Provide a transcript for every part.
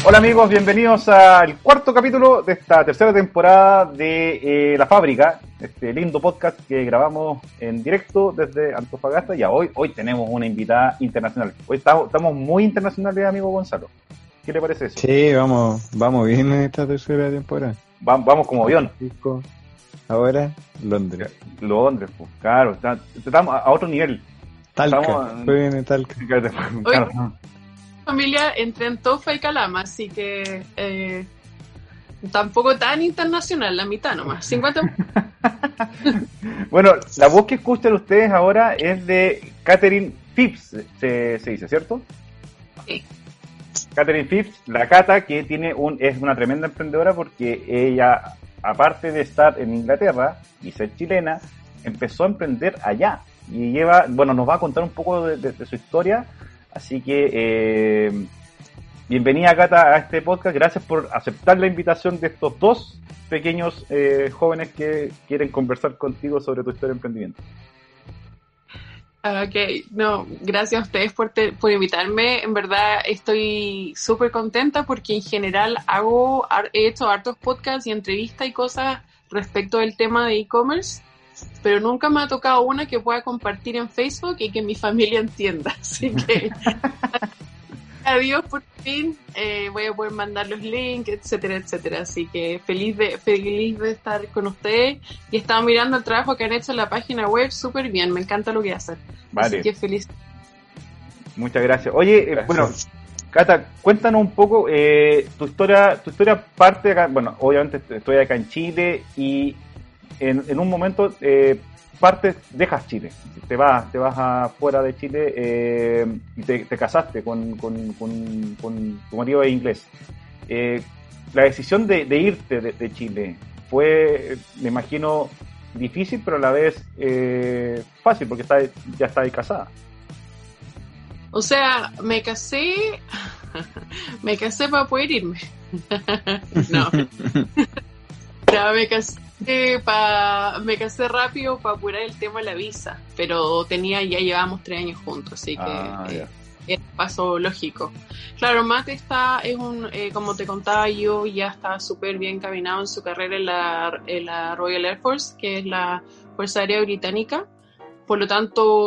Hola amigos, bienvenidos al cuarto capítulo de esta tercera temporada de La Fábrica, este lindo podcast que grabamos en directo desde Antofagasta. Y hoy tenemos una invitada internacional. Hoy estamos muy internacionales, amigo Gonzalo. ¿Qué le parece eso? Sí, vamos bien en esta tercera temporada. Vamos como avión. Ahora, Londres. Londres, pues, claro, estamos a otro nivel. Talca, estoy en Talca. Claro. Familia entre Antofa y Calama, así que tampoco tan internacional, la mitad nomás, 50. Bueno, la voz que escuchan ustedes ahora es de Catherine Phipps, se dice, ¿cierto? Sí. Catherine Phipps, la Cata, que es una tremenda emprendedora porque ella, aparte de estar en Inglaterra y ser chilena, empezó a emprender allá y nos va a contar un poco de su historia. Así que bienvenida, Cata, a este podcast. Gracias por aceptar la invitación de estos dos pequeños jóvenes que quieren conversar contigo sobre tu historia de emprendimiento. Ok, no, gracias a ustedes por invitarme. En verdad estoy súper contenta porque en general he hecho hartos podcasts y entrevistas y cosas respecto del tema de e-commerce, pero nunca me ha tocado una que pueda compartir en Facebook y que mi familia entienda. Así que adiós, por fin voy a poder mandar los links, etcétera, etcétera. Así que feliz de estar con ustedes, y estaba mirando el trabajo que han hecho en la página web, súper bien, me encanta lo que hacen. Vale. Así que feliz. Muchas gracias. Oye, bueno, Cata, cuéntanos un poco tu historia parte acá. Bueno, obviamente estoy acá en Chile y en un momento dejas Chile, te vas afuera de Chile y te casaste con tu marido inglés. La decisión de irte de Chile fue, me imagino, difícil, pero a la vez fácil, porque ya estás casada. O sea, me casé para poder irme. No, me casé rápido para apurar el tema de la visa, pero ya llevábamos 3 años juntos, así que es un paso lógico. Claro, Mate como te contaba yo, ya está súper bien caminado en su carrera en la Royal Air Force, que es la Fuerza Aérea Británica. Por lo tanto,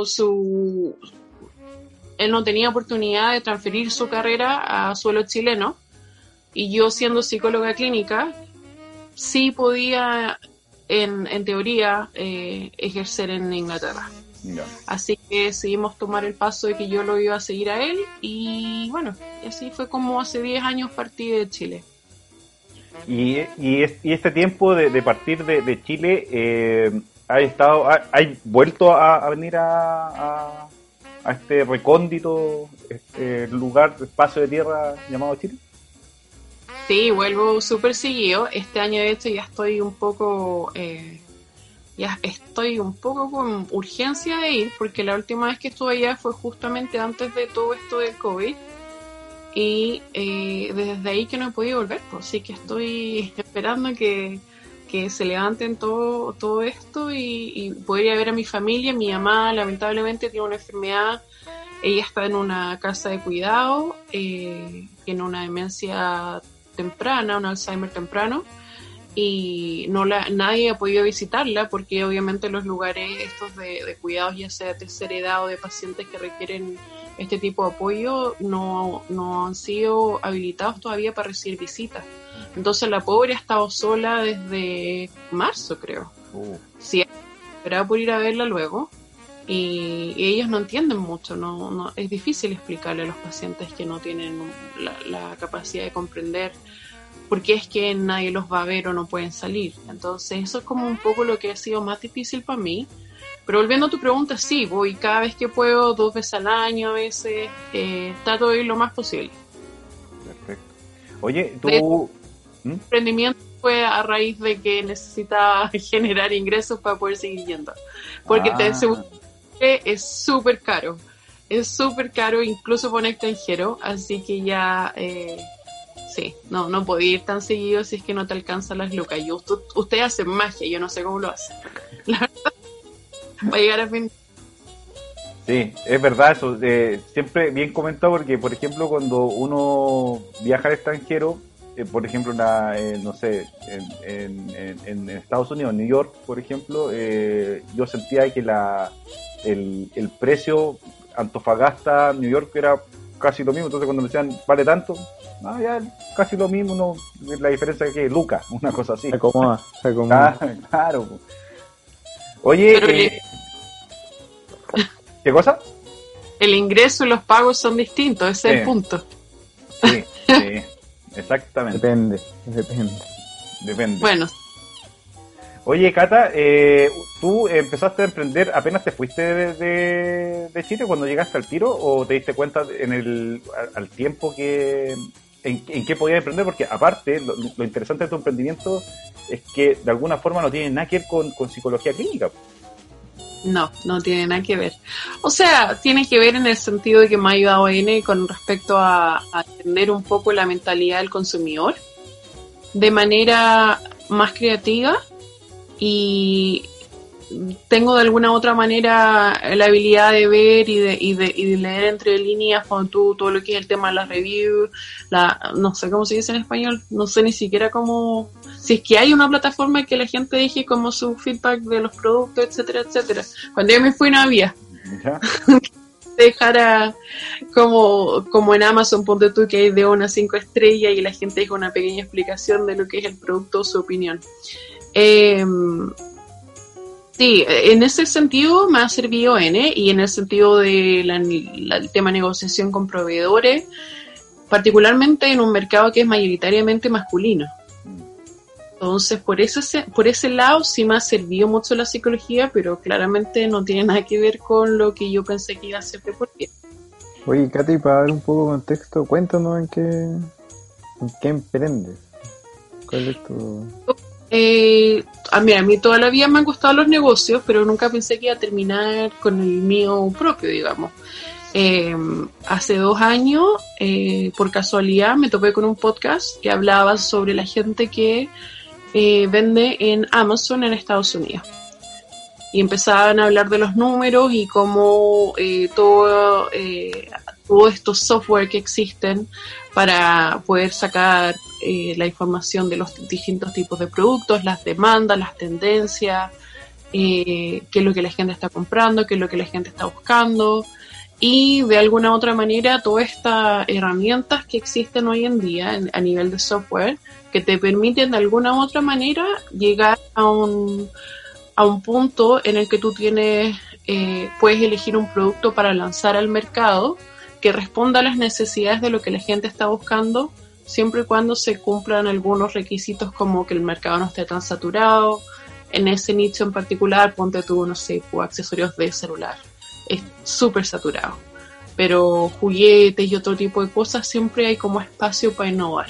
él no tenía oportunidad de transferir su carrera a suelo chileno, y yo, siendo psicóloga clínica, sí podía, en teoría, ejercer en Inglaterra. Yeah. Así que decidimos tomar el paso de que yo lo iba a seguir a él, y bueno, así fue como hace 10 años partí de Chile. Y este tiempo de partir de Chile, ¿has vuelto a venir a este recóndito lugar, espacio de tierra llamado Chile? Sí, vuelvo súper seguido. Este año, de hecho, ya estoy un poco con urgencia de ir, porque la última vez que estuve allá fue justamente antes de todo esto del COVID, y desde ahí que no he podido volver, pues, así que estoy esperando que se levanten todo esto y poder ir a ver a mi familia. Mi mamá lamentablemente tiene una enfermedad, ella está en una casa de cuidado, tiene una demencia temprana, un Alzheimer temprano, y nadie ha podido visitarla porque obviamente los lugares estos de cuidados, ya sea de tercera edad o de pacientes que requieren este tipo de apoyo, no han sido habilitados todavía para recibir visitas. Entonces la pobre ha estado sola desde marzo, creo. Sí, esperaba por ir a verla luego, y ellos no entienden mucho, no es difícil explicarle a los pacientes que no tienen la capacidad de comprender por qué es que nadie los va a ver o no pueden salir. Entonces eso es como un poco lo que ha sido más difícil para mí. Pero volviendo a tu pregunta, sí, voy cada vez que puedo, 2 veces al año a veces, trato de ir lo más posible. Perfecto. Oye, tú... El emprendimiento fue a raíz de que necesitaba generar ingresos para poder seguir yendo, porque es súper caro, incluso para un extranjero, así que ya sí, no podía ir tan seguido si es que no te alcanzan las lucas. Ustedes hacen magia, yo no sé cómo lo hacen, la verdad, para llegar a fin. Sí, es verdad eso, siempre bien comentado porque, por ejemplo, cuando uno viaja al extranjero, por ejemplo, no sé, en Estados Unidos, en New York, por ejemplo, yo sentía que el precio Antofagasta, New York era casi lo mismo, entonces cuando me decían, vale tanto, ya casi lo mismo, no, la diferencia es que Lucas, una cosa así. Se acomoda. Claro. Oye, ¿qué cosa? El ingreso y los pagos son distintos, ese es el punto. Sí, exactamente. Depende. Bueno. Oye, Cata, ¿tú empezaste a emprender apenas te fuiste de Chile cuando llegaste al tiro o te diste cuenta al tiempo en qué podías emprender? Porque aparte, lo interesante de tu emprendimiento es que de alguna forma no tiene nada que ver con psicología clínica. No tiene nada que ver. O sea, tiene que ver en el sentido de que me ha ayudado N con respecto a entender un poco la mentalidad del consumidor de manera más creativa, y tengo de alguna u otra manera la habilidad de ver y de leer entre líneas cuando todo lo que es el tema de las reviews, no sé cómo se dice en español, no sé ni siquiera cómo, si es que hay una plataforma que la gente deje como su feedback de los productos, etcétera, etcétera. Cuando yo me fui no había. Dejara como en Amazon, ponte tú que hay de 1 a 5 estrellas y la gente deja una pequeña explicación de lo que es el producto o su opinión. Sí, en ese sentido me ha servido N, y en el sentido de el tema de negociación con proveedores, particularmente en un mercado que es mayoritariamente masculino. Entonces, por ese lado sí me ha servido mucho la psicología, pero claramente no tiene nada que ver con lo que yo pensé que iba a ser de por qué. Oye, Katy, para dar un poco de contexto, cuéntanos en qué emprendes. ¿Cuál es tu...? Mira, a mí toda la vida me han gustado los negocios, pero nunca pensé que iba a terminar con el mío propio, digamos. Hace 2 años, por casualidad, me topé con un podcast que hablaba sobre la gente que vende en Amazon en Estados Unidos. Y empezaban a hablar de los números y cómo todos estos software que existen para poder sacar la información de los distintos tipos de productos, las demandas, las tendencias, qué es lo que la gente está comprando, qué es lo que la gente está buscando, y de alguna u otra manera todas estas herramientas que existen hoy en día a nivel de software que te permiten de alguna u otra manera llegar a un punto en el que tú puedes elegir un producto para lanzar al mercado que responda a las necesidades de lo que la gente está buscando, siempre y cuando se cumplan algunos requisitos como que el mercado no esté tan saturado. En ese nicho en particular, ponte tú, no sé, accesorios de celular, es súper saturado, pero juguetes y otro tipo de cosas siempre hay como espacio para innovar.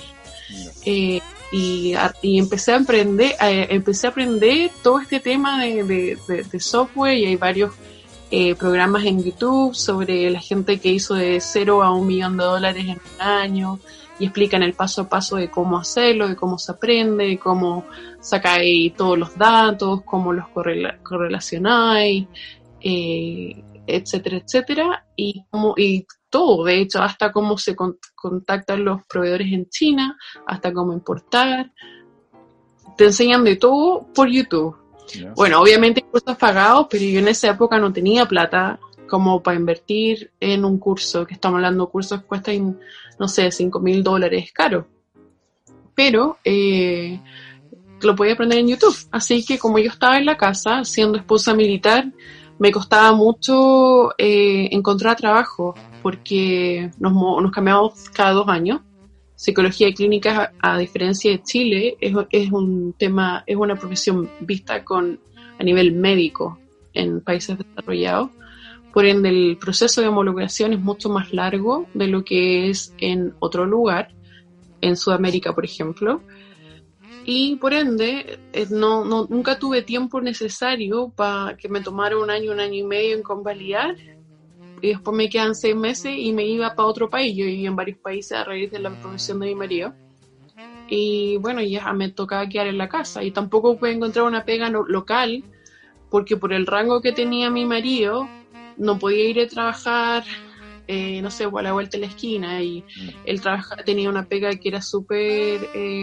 Y empecé a aprender todo este tema de software, y hay varios programas en YouTube sobre la gente que hizo de $0 a $1 millón en un año, y explican el paso a paso de cómo hacerlo, de cómo se aprende, de cómo sacáis todos los datos, cómo los correlacionáis, etcétera, etcétera, y todo, de hecho, hasta cómo se contactan los proveedores en China, hasta cómo importar. Te enseñan de todo por YouTube. Yeah. Bueno, obviamente hay cursos pagados, pero yo en esa época no tenía plata como para invertir en un curso, que estamos hablando de cursos que cuestan, no sé, $5,000 caro. Pero lo podía aprender en YouTube. Así que como yo estaba en la casa, siendo esposa militar, me costaba mucho encontrar trabajo, porque nos cambiamos cada 2 años. Psicología clínica, a diferencia de Chile, es una profesión vista a nivel médico en países desarrollados. Por ende, el proceso de homologación es mucho más largo de lo que es en otro lugar, en Sudamérica, por ejemplo. Y por ende, nunca tuve tiempo necesario para que me tomara 1 año, 1 año y medio en convalidar. Y después me quedan 6 meses y me iba para otro país. Yo viví en varios países a raíz de la profesión de mi marido. Y bueno, ya me tocaba quedar en la casa. Y tampoco pude encontrar una pega local, porque por el rango que tenía mi marido, no podía ir a trabajar, no sé, a la vuelta de la esquina, y él tenía una pega que era súper...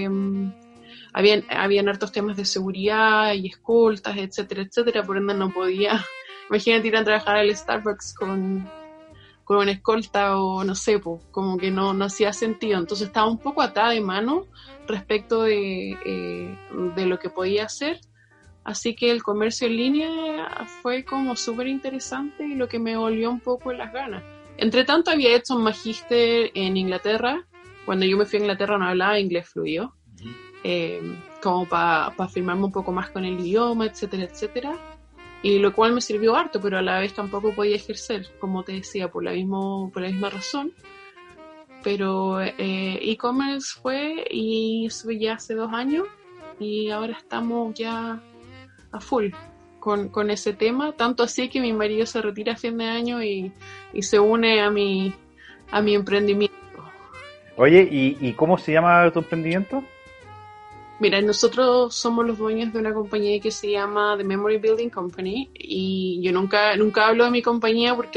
habían hartos temas de seguridad y escoltas, etcétera, etcétera, por ende no podía... Imagínate ir a trabajar al Starbucks con una escolta o no sé, pues, como que no hacía sentido. Entonces estaba un poco atada de mano respecto de lo que podía hacer. Así que el comercio en línea fue como súper interesante y lo que me volvió un poco en las ganas. Entre tanto había hecho un magíster en Inglaterra. Cuando yo me fui a Inglaterra no hablaba inglés fluido, como para firmarme un poco más con el idioma, etcétera, etcétera. Y lo cual me sirvió harto, pero a la vez tampoco podía ejercer, como te decía, por la misma razón. Pero e-commerce fue, y eso ya hace 2 años, y ahora estamos ya a full con ese tema, tanto así que mi marido se retira a fin de año y se une a mi emprendimiento. Oye, ¿y cómo se llama tu emprendimiento? Mira, nosotros somos los dueños de una compañía que se llama The Memory Building Company, y yo nunca hablo de mi compañía porque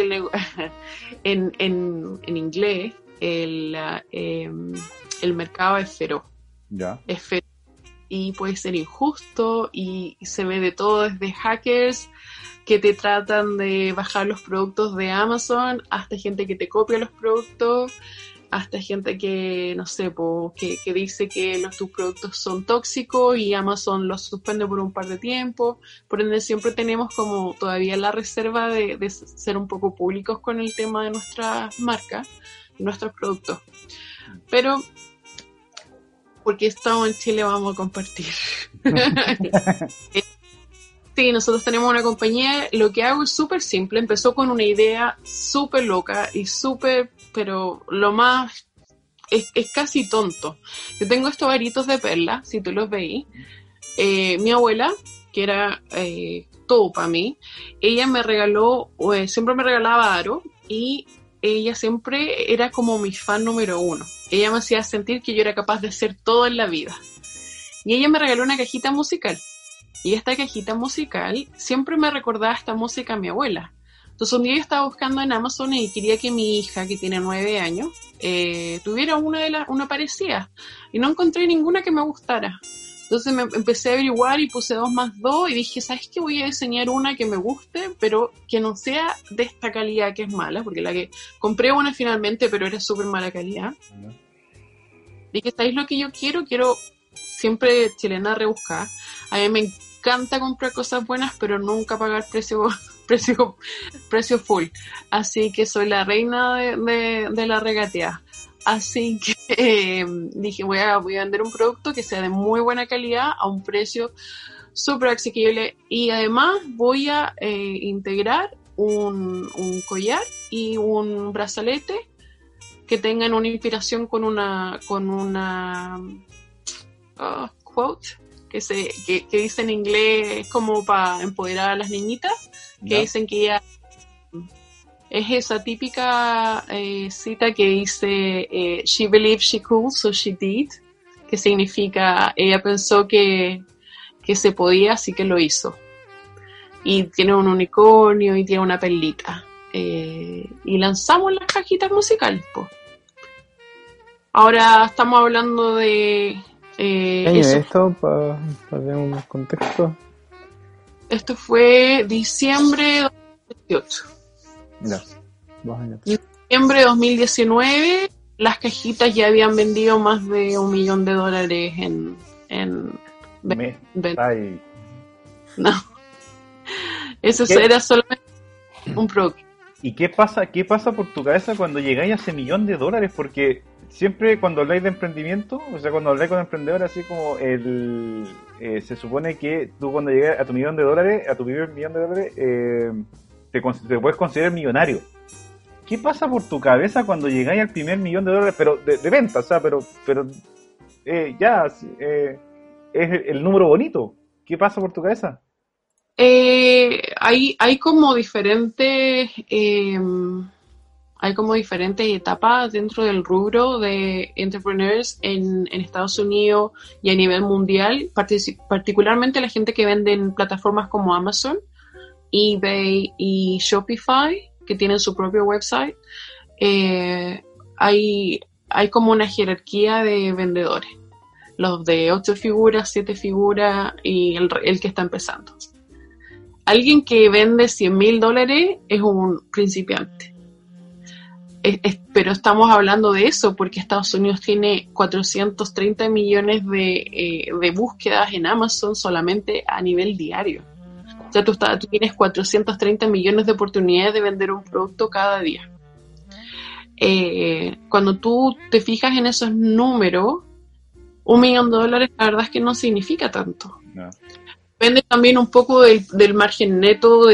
en inglés el mercado es feroz. Ya. Es feroz y puede ser injusto, y se ve de todo, desde hackers que te tratan de bajar los productos de Amazon, hasta gente que te copia los productos, hasta gente que, no sé, que dice que tus productos son tóxicos y Amazon los suspende por un par de tiempo. Por ende, siempre tenemos como todavía la reserva de ser un poco públicos con el tema de nuestras marcas y nuestros productos. Pero, porque estamos en Chile, vamos a compartir. Sí, nosotros tenemos una compañía, lo que hago es súper simple, empezó con una idea súper loca y súper, pero lo más, es casi tonto. Yo tengo estos aritos de perla, si tú los veis. Mi abuela, que era todo para mí, ella me regaló, siempre me regalaba aro, y ella siempre era como mi fan número 1. Ella me hacía sentir que yo era capaz de hacer todo en la vida. Y ella me regaló una cajita musical. Y esta cajita musical siempre me recordaba esta música a mi abuela. Entonces un día yo estaba buscando en Amazon y quería que mi hija, que tiene 9 años, tuviera una parecida. Y no encontré ninguna que me gustara. Entonces me empecé a averiguar y puse 2 más 2 y dije, ¿sabes qué? Voy a diseñar una que me guste, pero que no sea de esta calidad que es mala, porque la que compré una finalmente, pero era súper mala calidad. Dije, ¿sabéis lo que yo quiero? Quiero siempre chilena rebuscada. A mí me encanta comprar cosas buenas, pero nunca pagar precio full. Así que soy la reina de la regateada. Así que dije, voy a vender un producto que sea de muy buena calidad a un precio súper asequible, y además voy a integrar un collar y un brazalete que tengan una inspiración con una quote que dice en inglés como para empoderar a las niñitas, que dicen que ella es esa típica cita que dice she believed she could, so she did, que significa ella pensó que se podía, así que lo hizo. Y tiene un unicornio y tiene una perlita. Y lanzamos las cajitas musicales, pues. Ahora estamos hablando de ¿Qué año es esto? Para tener un contexto. Esto fue diciembre de 2018. Mira, 2 años. Y en diciembre de 2019 las cajitas ya habían vendido más de $1 millón en Ay. No. Eso era solamente un producto. ¿Y qué pasa por tu cabeza cuando llegáis a ese $1 millón? Porque siempre cuando habláis de emprendimiento, o sea, cuando habláis con emprendedores, así como se supone que tú cuando llegas a tu $1 millón, a tu primer $1 millón, te puedes considerar millonario. ¿Qué pasa por tu cabeza cuando llegáis al primer $1 millón, pero de venta? O sea, pero es el número bonito. ¿Qué pasa por tu cabeza? Hay como diferentes etapas dentro del rubro de entrepreneurs en Estados Unidos y a nivel mundial, particularmente la gente que vende en plataformas como Amazon, eBay y Shopify, que tienen su propio website, hay como una jerarquía de vendedores. Los de 8 figuras, 7 figuras y el que está empezando. Alguien que vende $100,000 es un principiante. Pero estamos hablando de eso porque Estados Unidos tiene 430 millones de búsquedas en Amazon solamente a nivel diario. O sea, tú tienes 430 millones de oportunidades de vender un producto cada día. Cuando tú te fijas en esos números, $1 millón, la verdad es que no significa tanto. No. Depende también un poco del margen neto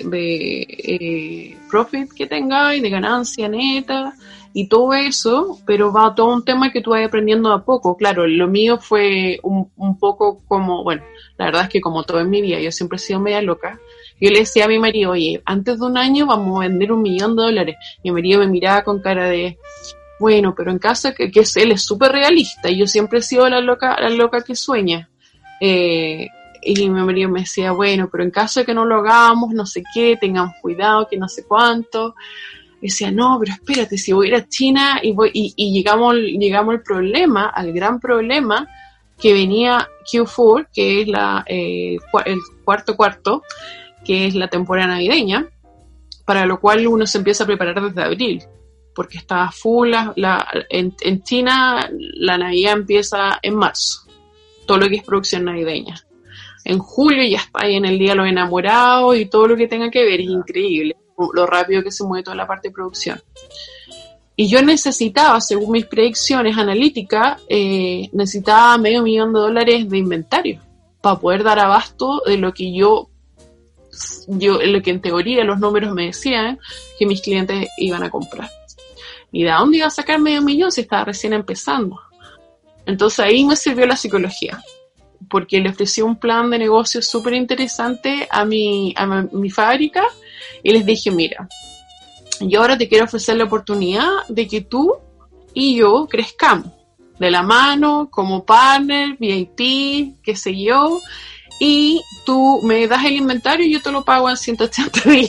de profit que tenga y de ganancia neta y todo eso, pero va todo un tema que tú vas aprendiendo a poco. Claro, lo mío fue un poco como, bueno, la verdad es que como todo en mi vida, yo siempre he sido media loca. Yo le decía a mi marido, oye, antes de un año vamos a vender $1 millón. Y mi marido me miraba con cara de, bueno, pero en caso de que él es súper realista y yo siempre he sido la loca que sueña. Y mi marido me decía, bueno, pero en caso de que no lo hagamos, no sé qué, tengamos cuidado, que no sé cuánto. Y decía, no, pero espérate, si voy a ir a China y llegamos al problema, al gran problema, que venía Q4, que es el cuarto, que es la temporada navideña, para lo cual uno se empieza a preparar desde abril, porque está full, en China la Navidad empieza en marzo, todo lo que es producción navideña. En julio ya está ahí en el Día de los Enamorados y todo lo que tenga que ver, es increíble lo rápido que se mueve toda la parte de producción. Y yo necesitaba, según mis predicciones analíticas, necesitaba $500 millones de inventario para poder dar abasto de lo que yo lo que en teoría los números me decían que mis clientes iban a comprar. ¿Y de dónde iba a sacar $500 millones si estaba recién empezando? Entonces ahí me sirvió la psicología, porque le ofrecí un plan de negocio súper interesante a mi fábrica y les dije, mira, yo ahora te quiero ofrecer la oportunidad de que tú y yo crezcamos de la mano, como partner, VIP, qué sé yo, y tú me das el inventario y yo te lo pago en 180 días.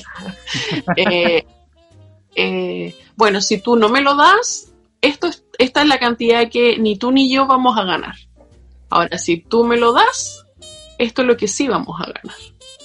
Bueno, si tú no me lo das, esta es la cantidad que ni tú ni yo vamos a ganar. Ahora, si tú me lo das, esto es lo que sí vamos a ganar.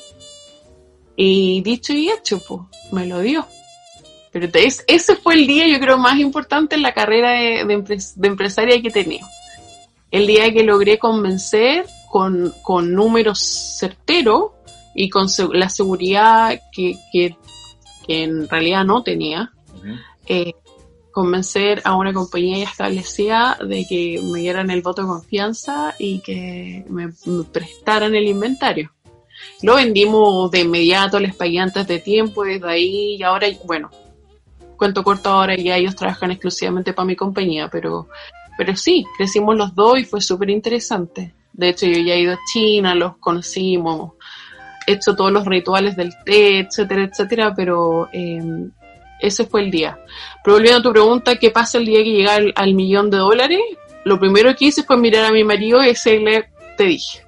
Y dicho y hecho, pues, me lo dio. Pero ese fue el día, yo creo, más importante en la carrera de empresaria que he tenido. El día que logré convencer con números certeros y con la seguridad que en realidad no tenía, convencer a una compañía ya establecida de que me dieran el voto de confianza y que me prestaran el inventario. Lo vendimos de inmediato, les pagué antes de tiempo, desde ahí, y ahora, bueno, cuento corto, ahora ya ellos trabajan exclusivamente para mi compañía, pero sí, crecimos los dos y fue súper interesante. De hecho, yo ya he ido a China, los conocimos, he hecho todos los rituales del té, etcétera, etcétera, pero ese fue el día. Pero volviendo a tu pregunta, ¿qué pasa el día que llega al $1 millón? Lo primero que hice fue mirar a mi marido y decirle, te dije.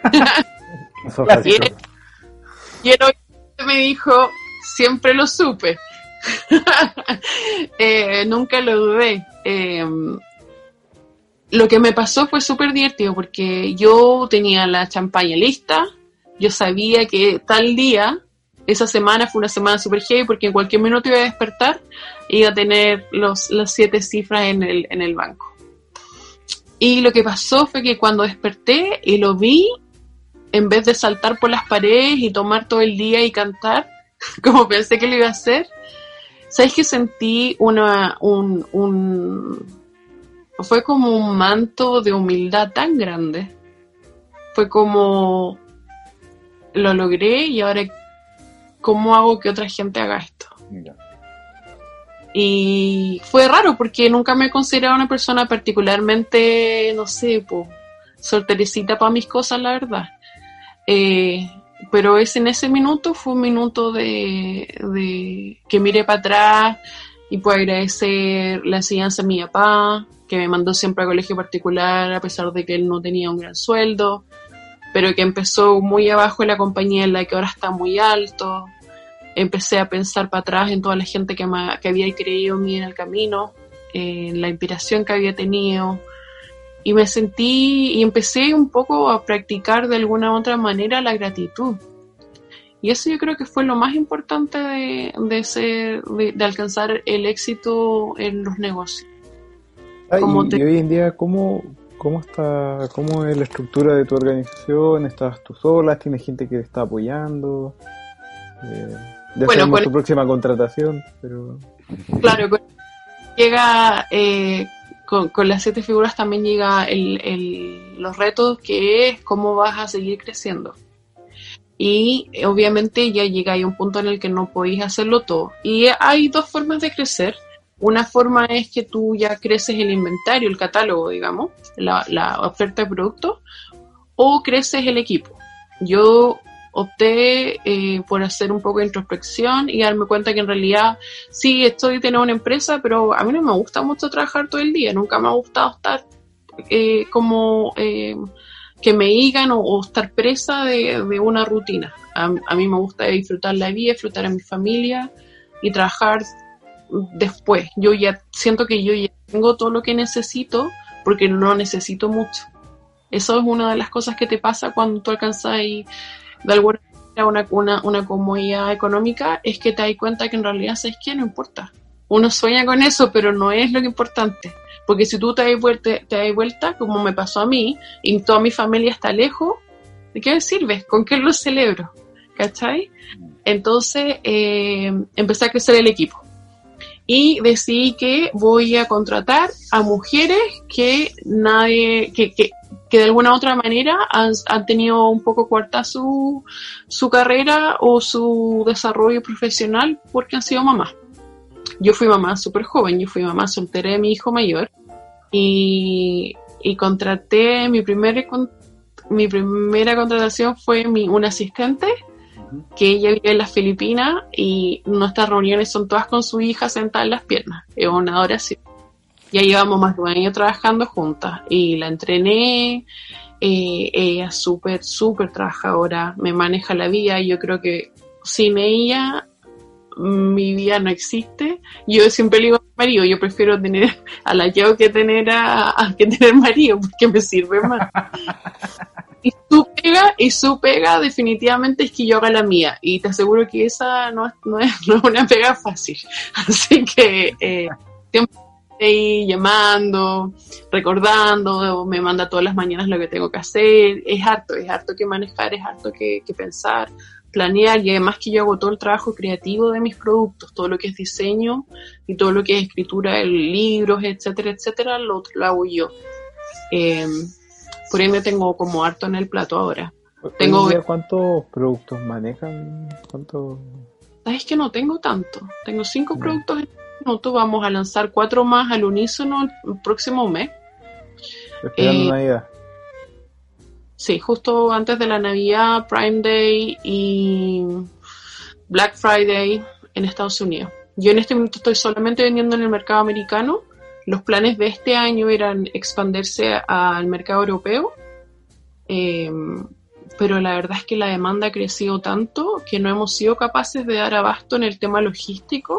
Y él me dijo, siempre lo supe. Nunca lo dudé. Lo que me pasó fue súper divertido porque yo tenía la champaña lista, yo sabía que tal día, esa semana fue una semana súper heavy porque en cualquier minuto iba a despertar y iba a tener las 7 cifras en el banco. Y lo que pasó fue que cuando desperté y lo vi, en vez de saltar por las paredes y tomar todo el día y cantar, como pensé que lo iba a hacer, ¿sabes qué? Sentí fue como un manto de humildad tan grande. Fue como, lo logré y ahora, ¿cómo hago que otra gente haga esto? Mira. Y fue raro porque nunca me he considerado una persona particularmente, no sé, soltericita para mis cosas, la verdad. Pero en ese minuto fue un minuto de que miré para atrás y puedo agradecer la enseñanza de mi papá, que me mandó siempre a colegio particular a pesar de que él no tenía un gran sueldo. pero que empezó muy abajo en la compañía, en la que ahora está muy alto. Empecé a pensar para atrás en toda la gente que había creído en mí en el camino, en la inspiración que había tenido, y me sentí y empecé un poco a practicar de alguna u otra manera la gratitud. Y eso yo creo que fue lo más importante de alcanzar el éxito en los negocios. Y hoy en día, ¿cómo es la estructura de tu organización? ¿Estás tú sola? ¿Tienes gente que te está apoyando? Ya sabemos tu próxima contratación, pero... Claro, llega... Con las 7 figuras también llega los retos, que es cómo vas a seguir creciendo. Y obviamente ya llega a un punto en el que no podéis hacerlo todo. Y hay 2 formas de crecer. Una forma es que tú ya creces el inventario, el catálogo, digamos, la oferta de productos, o creces el equipo. Yo opté por hacer un poco de introspección y darme cuenta que en realidad sí estoy teniendo una empresa, pero a mí no me gusta mucho trabajar todo el día. Nunca me ha gustado estar que me digan o estar presa de una rutina. A mí me gusta disfrutar la vida, disfrutar a mi familia y trabajar después. Yo ya siento que yo ya tengo todo lo que necesito porque no necesito mucho. Eso es una de las cosas que te pasa cuando tú alcanzas de alguna manera una comodidad económica, es que te das cuenta que en realidad, ¿sabes qué? No importa. Uno sueña con eso, pero no es lo importante. Porque si tú te das vuelta, como me pasó a mí, y toda mi familia está lejos, ¿de qué me sirve? ¿Con qué lo celebro? ¿Cachai? Entonces, empecé a crecer el equipo. Y decidí que voy a contratar a mujeres que de alguna otra manera han tenido un poco corta su carrera o su desarrollo profesional porque han sido mamás. Yo fui mamá súper joven, yo fui mamá soltera de mi hijo mayor y contraté, mi primera contratación fue una asistente que ella vive en las Filipinas y nuestras reuniones son todas con su hija sentada en las piernas, es una adoración. Ya llevamos más de un año trabajando juntas y la entrené, ella es súper trabajadora, me maneja la vida y yo creo que sin ella mi vida no existe. Yo siempre le digo a mi marido, yo prefiero tener a la Yao que tener que tener marido porque me sirve más. Y su pega definitivamente es que yo haga la mía y te aseguro que esa no es una pega fácil. Así que siempre estoy llamando, recordando, me manda todas las mañanas lo que tengo que hacer. Es harto que manejar, es harto que pensar, planear, y además que yo hago todo el trabajo creativo de mis productos, todo lo que es diseño y todo lo que es escritura de libros, etcétera, lo hago yo. Por ende tengo como harto en el plato ahora. ¿Cuántos productos manejan? ¿Sabes que no tengo tanto? Tengo 5 productos en este minuto, vamos a lanzar 4 más al unísono el próximo mes. Esperando Navidad. Sí, justo antes de la Navidad, Prime Day y Black Friday en Estados Unidos. Yo en este momento estoy solamente vendiendo en el mercado americano. Los planes de este año eran expandirse al mercado europeo, pero la verdad es que la demanda ha crecido tanto que no hemos sido capaces de dar abasto en el tema logístico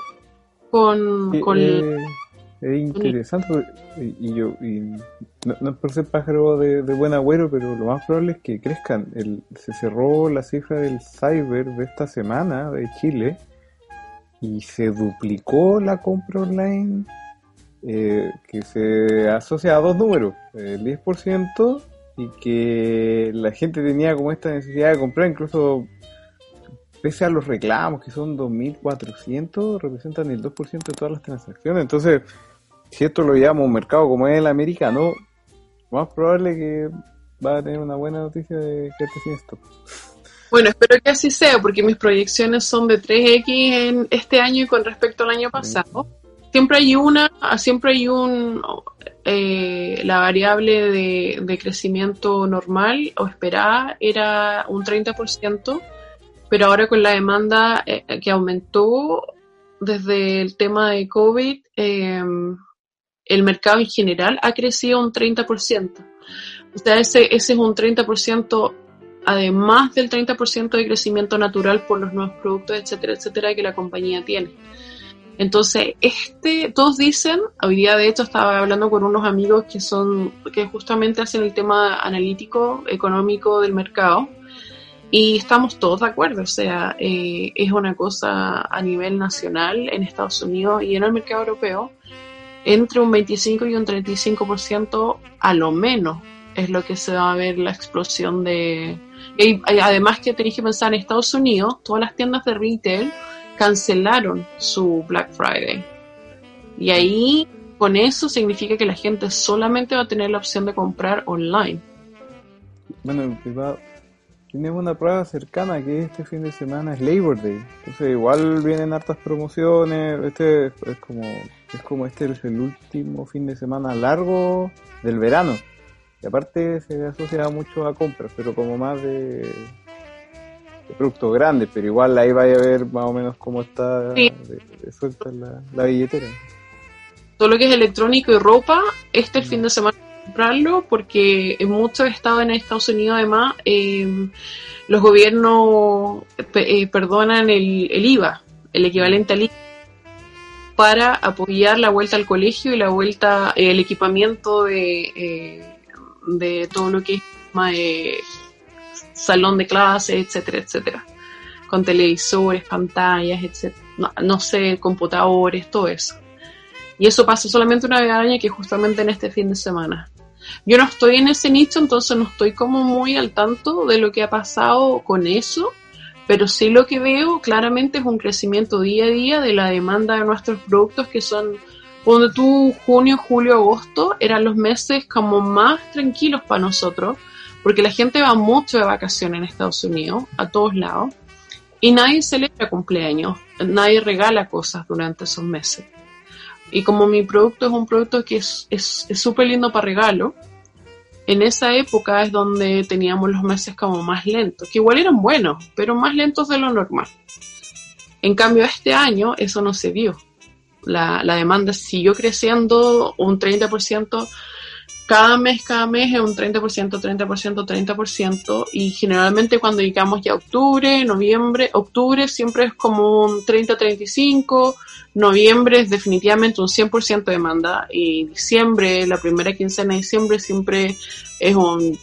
Es interesante y no es por ser pájaro de buen agüero, pero lo más probable es que crezcan. Se cerró la cifra del Cyber de esta semana de Chile y se duplicó la compra online, que se asocia a 2 números, el 10%, y que la gente tenía como esta necesidad de comprar, incluso pese a los reclamos, que son 2.400, representan el 2% de todas las transacciones. Entonces, si esto lo llevamos a un mercado como es el americano, lo más probable que va a tener una buena noticia de que sin esto. Bueno, espero que así sea, porque mis proyecciones son de 3X en este año y con respecto al año pasado. Siempre hay la variable de crecimiento normal o esperada era un 30%, pero ahora con la demanda que aumentó desde el tema de COVID, el mercado en general ha crecido un 30%. O sea, ese es un 30%, además del 30% de crecimiento natural por los nuevos productos, etcétera, etcétera, que la compañía tiene. Entonces, todos dicen, hoy día de hecho estaba hablando con unos amigos que justamente hacen el tema analítico, económico del mercado, y estamos todos de acuerdo, o sea, es una cosa a nivel nacional en Estados Unidos y en el mercado europeo, entre un 25 y un 35% a lo menos es lo que se va a ver la explosión de... Y además que tenéis que pensar, en Estados Unidos, todas las tiendas de retail cancelaron su Black Friday. Y ahí, con eso, significa que la gente solamente va a tener la opción de comprar online. Bueno, tenemos una prueba cercana que este fin de semana es Labor Day. Entonces igual vienen hartas promociones. Este es el último fin de semana largo del verano. Y aparte se asocia mucho a compras, pero como más de productos grandes, pero igual ahí vaya a ver más o menos cómo está sí. de suelta la billetera. Todo lo que es electrónico y ropa, el fin de semana comprarlo, porque en muchos estados en Estados Unidos además los gobiernos perdonan el IVA, el equivalente al IVA, para apoyar la vuelta al colegio y la vuelta, el equipamiento de todo lo que es salón de clases, etcétera, etcétera, con televisores, pantallas, etcétera, no sé, computadores, todo eso. Y eso pasa solamente una vez al año, que es justamente en este fin de semana. Yo no estoy en ese nicho, entonces no estoy como muy al tanto de lo que ha pasado con eso, pero sí lo que veo claramente es un crecimiento día a día de la demanda de nuestros productos, que son, cuando junio, julio, agosto, eran los meses como más tranquilos para nosotros, porque la gente va mucho de vacaciones en Estados Unidos, a todos lados, y nadie celebra cumpleaños, nadie regala cosas durante esos meses. Y como mi producto es un producto que es súper lindo para regalo, en esa época es donde teníamos los meses como más lentos, que igual eran buenos, pero más lentos de lo normal. En cambio, este año eso no se vio. La demanda siguió creciendo un 30%, cada mes es un 30%, 30%, 30%, y generalmente cuando llegamos ya a octubre siempre es como un 30-35%, noviembre es definitivamente un 100% de demanda, y diciembre, la primera quincena de diciembre siempre es un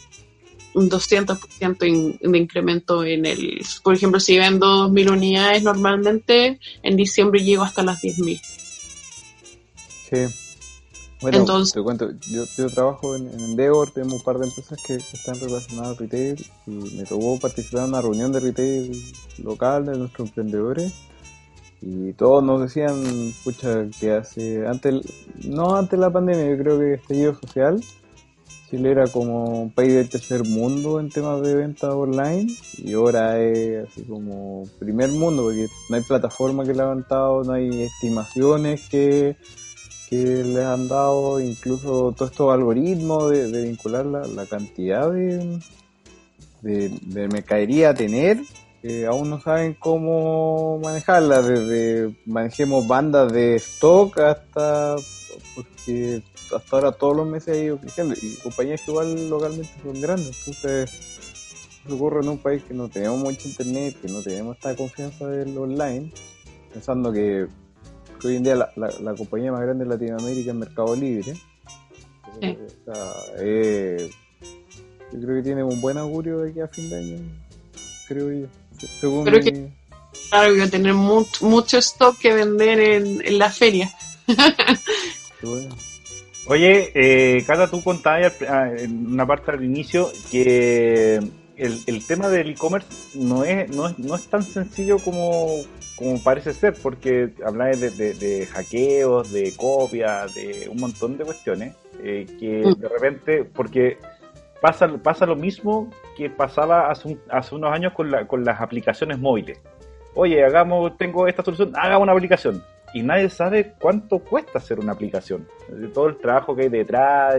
200% de incremento en por ejemplo, si vendo 2.000 unidades normalmente, en diciembre llego hasta las 10.000. Sí. Bueno, entonces, te cuento, yo trabajo en Endeavor, tenemos un par de empresas que están relacionadas al retail, y me tocó participar en una reunión de retail local de nuestros emprendedores, y todos nos decían, pucha, que antes de la pandemia, yo creo que el estallido social, Chile era como un país del tercer mundo en temas de venta online, y ahora es así como primer mundo, porque no hay plataforma que le ha levantado, no hay estimaciones que les han dado, incluso todos estos algoritmos de vincular la cantidad de mercadería a tener, aún no saben cómo manejarla, desde manejemos bandas de stock porque hasta ahora todos los meses ha ido creciendo, y compañías que igual localmente son grandes, entonces eso ocurre en un país que no tenemos mucho internet, que no tenemos esta confianza del online, pensando que hoy en día la compañía más grande de Latinoamérica es Mercado Libre. sí. O sea, yo creo que tiene un buen augurio de aquí a fin de año, creo yo. Según creo que claro, voy a tener mucho stock que vender en la feria. Bueno. Oye, Cata, tú contabas en una parte al inicio que el tema del e-commerce no es tan sencillo como parece ser, porque habláis de hackeos, de copias, de un montón de cuestiones que de repente, porque pasa lo mismo que pasaba hace unos años con las aplicaciones móviles. Oye, tengo esta solución, haga una aplicación. Y nadie sabe cuánto cuesta hacer una aplicación. De todo el trabajo que hay detrás,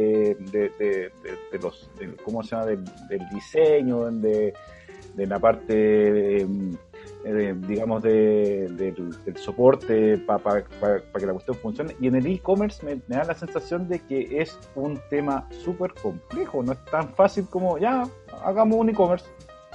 ¿cómo se llama? Del diseño, de la parte de digamos, del soporte para que la cuestión funcione. Y en el e-commerce me da la sensación de que es un tema súper complejo, no es tan fácil como, ya, hagamos un e-commerce.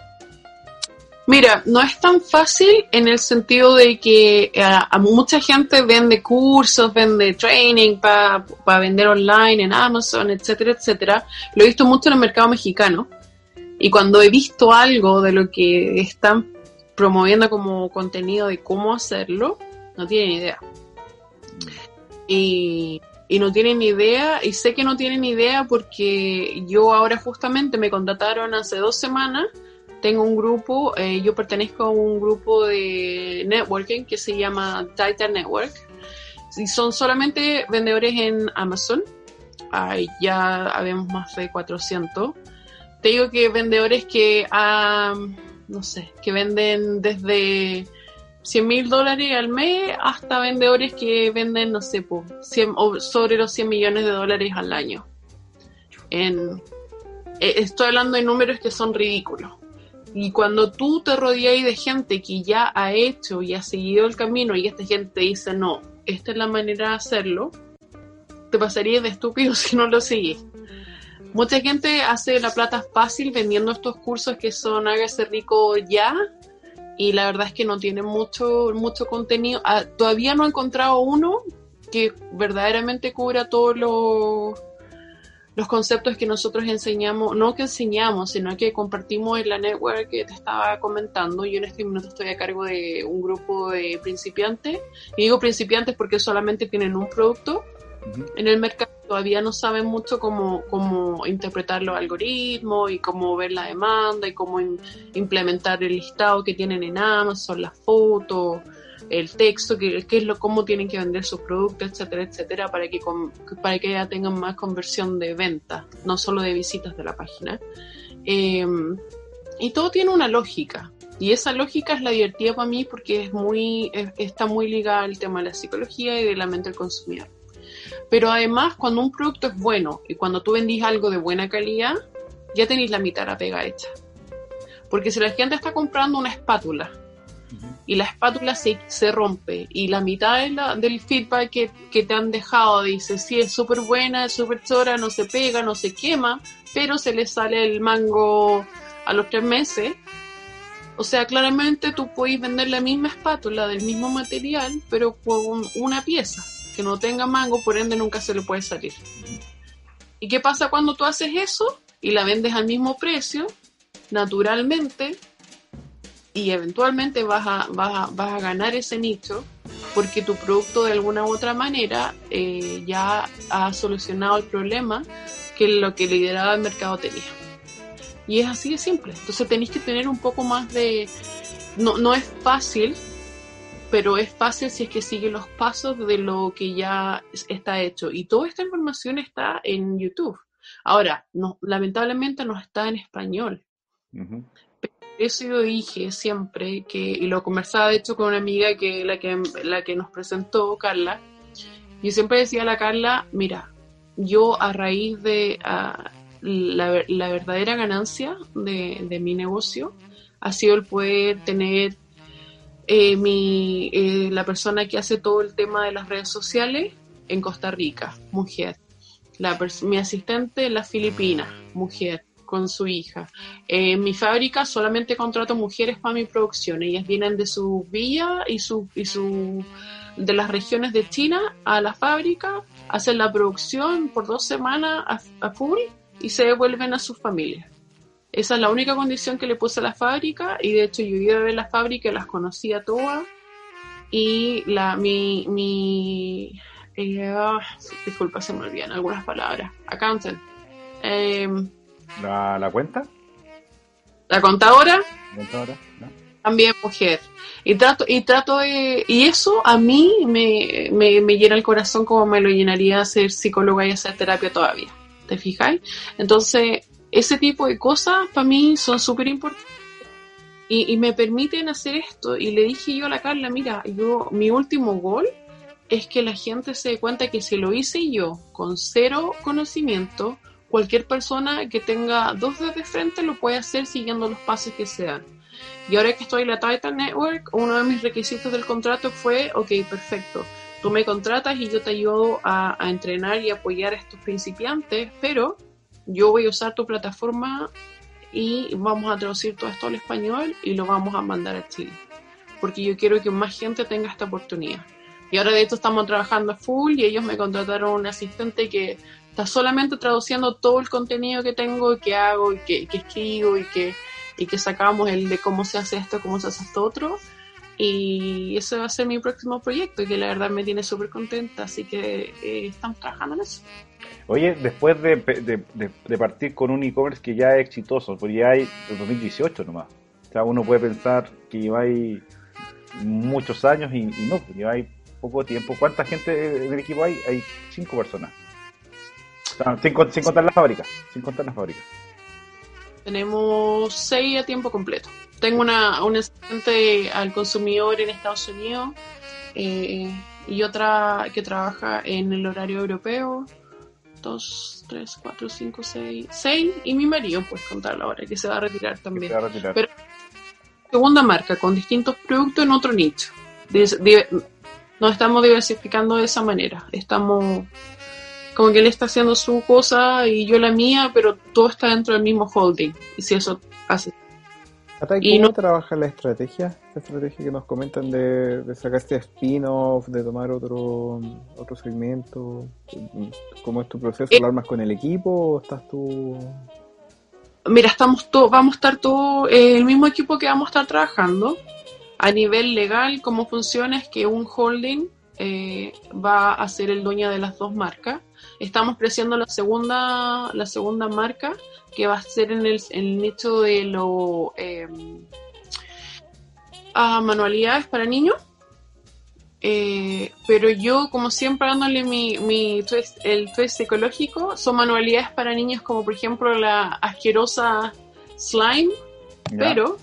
Mira, no es tan fácil en el sentido de que a mucha gente vende cursos, vende training para vender online en Amazon, etcétera, etcétera. Lo he visto mucho en el mercado mexicano. Y cuando he visto algo de lo que están promoviendo como contenido de cómo hacerlo, no tienen idea. Y no tienen idea, y sé que no tienen idea porque yo ahora justamente me contrataron hace 2 semanas. Tengo un grupo, yo pertenezco a un grupo de networking que se llama Titan Network. Y son solamente vendedores en Amazon. Ya habemos más de 400. Te digo que vendedores que, no sé, que venden desde $100,000 al mes hasta vendedores que venden, no sé, o sobre los $100 millones al año. Estoy hablando de números que son ridículos. Y cuando tú te rodeas de gente que ya ha hecho y ha seguido el camino y esta gente te dice, no, esta es la manera de hacerlo, te pasarías de estúpido si no lo seguís. Mucha gente hace la plata fácil vendiendo estos cursos que son hágase rico ya, y la verdad es que no tienen mucho contenido. Todavía no he encontrado uno que verdaderamente cubra todos los conceptos que nosotros enseñamos, no que enseñamos, sino que compartimos en la network que te estaba comentando. Yo en este momento estoy a cargo de un grupo de principiantes, y digo principiantes porque solamente tienen un producto en el mercado, todavía no saben mucho cómo interpretar los algoritmos y cómo ver la demanda y cómo implementar el listado que tienen en Amazon, las fotos, el texto, cómo tienen que vender sus productos, etcétera, etcétera, para que ya tengan más conversión de venta, no solo de visitas de la página. Y todo tiene una lógica, y esa lógica es la divertida para mí porque está muy ligada al tema de la psicología y de la mente del consumidor. Pero además, cuando un producto es bueno y cuando tú vendís algo de buena calidad, ya tenéis la mitad de la pega hecha. Porque si la gente está comprando una espátula y la espátula se rompe y la mitad del feedback que te han dejado dice, sí, es súper buena, es súper chora, no se pega, no se quema, pero se le sale el mango a los 3 meses. O sea, claramente tú podés vender la misma espátula del mismo material, pero con una pieza que no tenga mango, por ende nunca se le puede salir. ¿Y qué pasa cuando tú haces eso y la vendes al mismo precio? Naturalmente y eventualmente vas a ganar ese nicho, porque tu producto de alguna u otra manera ya ha solucionado el problema que lo que lideraba el mercado tenía. Y es así de simple. Entonces tenéis que tener un poco más de... No es fácil, pero es fácil si es que sigue los pasos de lo que ya está hecho. Y toda esta información está en YouTube. Ahora, lamentablemente no está en español. Uh-huh. Pero eso yo dije siempre, y lo conversaba de hecho con una amiga la que nos presentó, Carla. Yo siempre decía a la Carla, mira, yo a raíz de la verdadera ganancia de mi negocio ha sido el poder tener la persona que hace todo el tema de las redes sociales en Costa Rica, mujer. Mi asistente en las Filipinas, mujer, con su hija. En mi fábrica solamente contrato mujeres para mi producción. Ellas vienen de su villa y de las regiones de China a la fábrica, hacen la producción por 2 semanas a full y se devuelven a sus familias. Esa es la única condición que le puse a la fábrica, y de hecho yo iba a ver la fábrica y las conocía todas. Y disculpa, se me olvidan algunas palabras. Accountant. ¿La cuenta? La contadora. ¿No? También mujer. Y eso a mí me llena el corazón como me lo llenaría ser psicóloga y hacer terapia todavía. ¿Te fijáis? Entonces, ese tipo de cosas para mí son súper importantes y me permiten hacer esto. Y le dije yo a la Carla, mira, mi último gol es que la gente se dé cuenta que si lo hice yo con 0 conocimiento, cualquier persona que tenga 2 dedos de frente lo puede hacer siguiendo los pasos que se dan. Y ahora que estoy en la Titan Network, uno de mis requisitos del contrato fue, ok, perfecto, tú me contratas y yo te ayudo a entrenar y apoyar a estos principiantes, pero yo voy a usar tu plataforma y vamos a traducir todo esto al español y lo vamos a mandar a Chile, porque yo quiero que más gente tenga esta oportunidad. Y ahora de esto estamos trabajando a full y ellos me contrataron un asistente que está solamente traduciendo todo el contenido que tengo, que hago y que escribo y que sacamos el de cómo se hace esto, cómo se hace esto otro. Y ese va a ser mi próximo proyecto, que la verdad me tiene súper contenta, así que estamos trabajando en eso. Oye, después de partir con un e-commerce que ya es exitoso, porque ya hay 2018 nomás, o sea, uno puede pensar que lleváis muchos años y no, pues lleváis poco tiempo. ¿Cuánta gente en el equipo hay? Hay 5 personas. O sea, sin contar la fábrica. Tenemos 6 a tiempo completo. Tengo un asistente al consumidor en Estados Unidos y otra que trabaja en el horario europeo. 2, 3, 4, 5, 6 y mi marido, pues contarlo ahora, que se va a retirar también. Pero segunda marca, con distintos productos en otro nicho. Nos estamos diversificando de esa manera. Estamos como que él está haciendo su cosa y yo la mía, pero todo está dentro del mismo holding. Y si eso hace. ¿Y cómo trabaja la estrategia? La estrategia que nos comentan de sacar este spin-off, de tomar otro segmento. ¿Cómo es tu proceso? ¿Lo armas con el equipo o estás tú...? Mira, vamos a estar todo el mismo equipo que vamos a estar trabajando. A nivel legal, cómo funciona es que un holding va a ser el dueño de las 2 marcas. Estamos creciendo la segunda marca, que va a ser en el nicho de manualidades para niños. Pero yo, como siempre, dándole el twist psicológico, son manualidades para niños como, por ejemplo, la asquerosa slime, yeah. Pero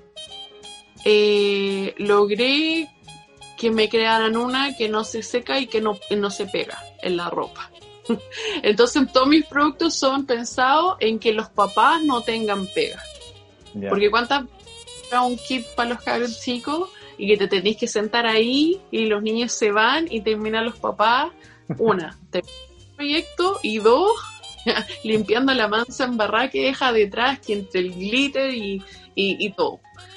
logré que me crearan una que no se seca y que no se pega en la ropa. Entonces todos mis productos son pensados en que los papás no tengan pega. Yeah. Porque cuántas un kit para los cabros chicos y que te tenés que sentar ahí y los niños se van y terminan los papás, una, proyecto, y 2, limpiando la mansa embarrada que deja detrás, que entre el glitter y todo.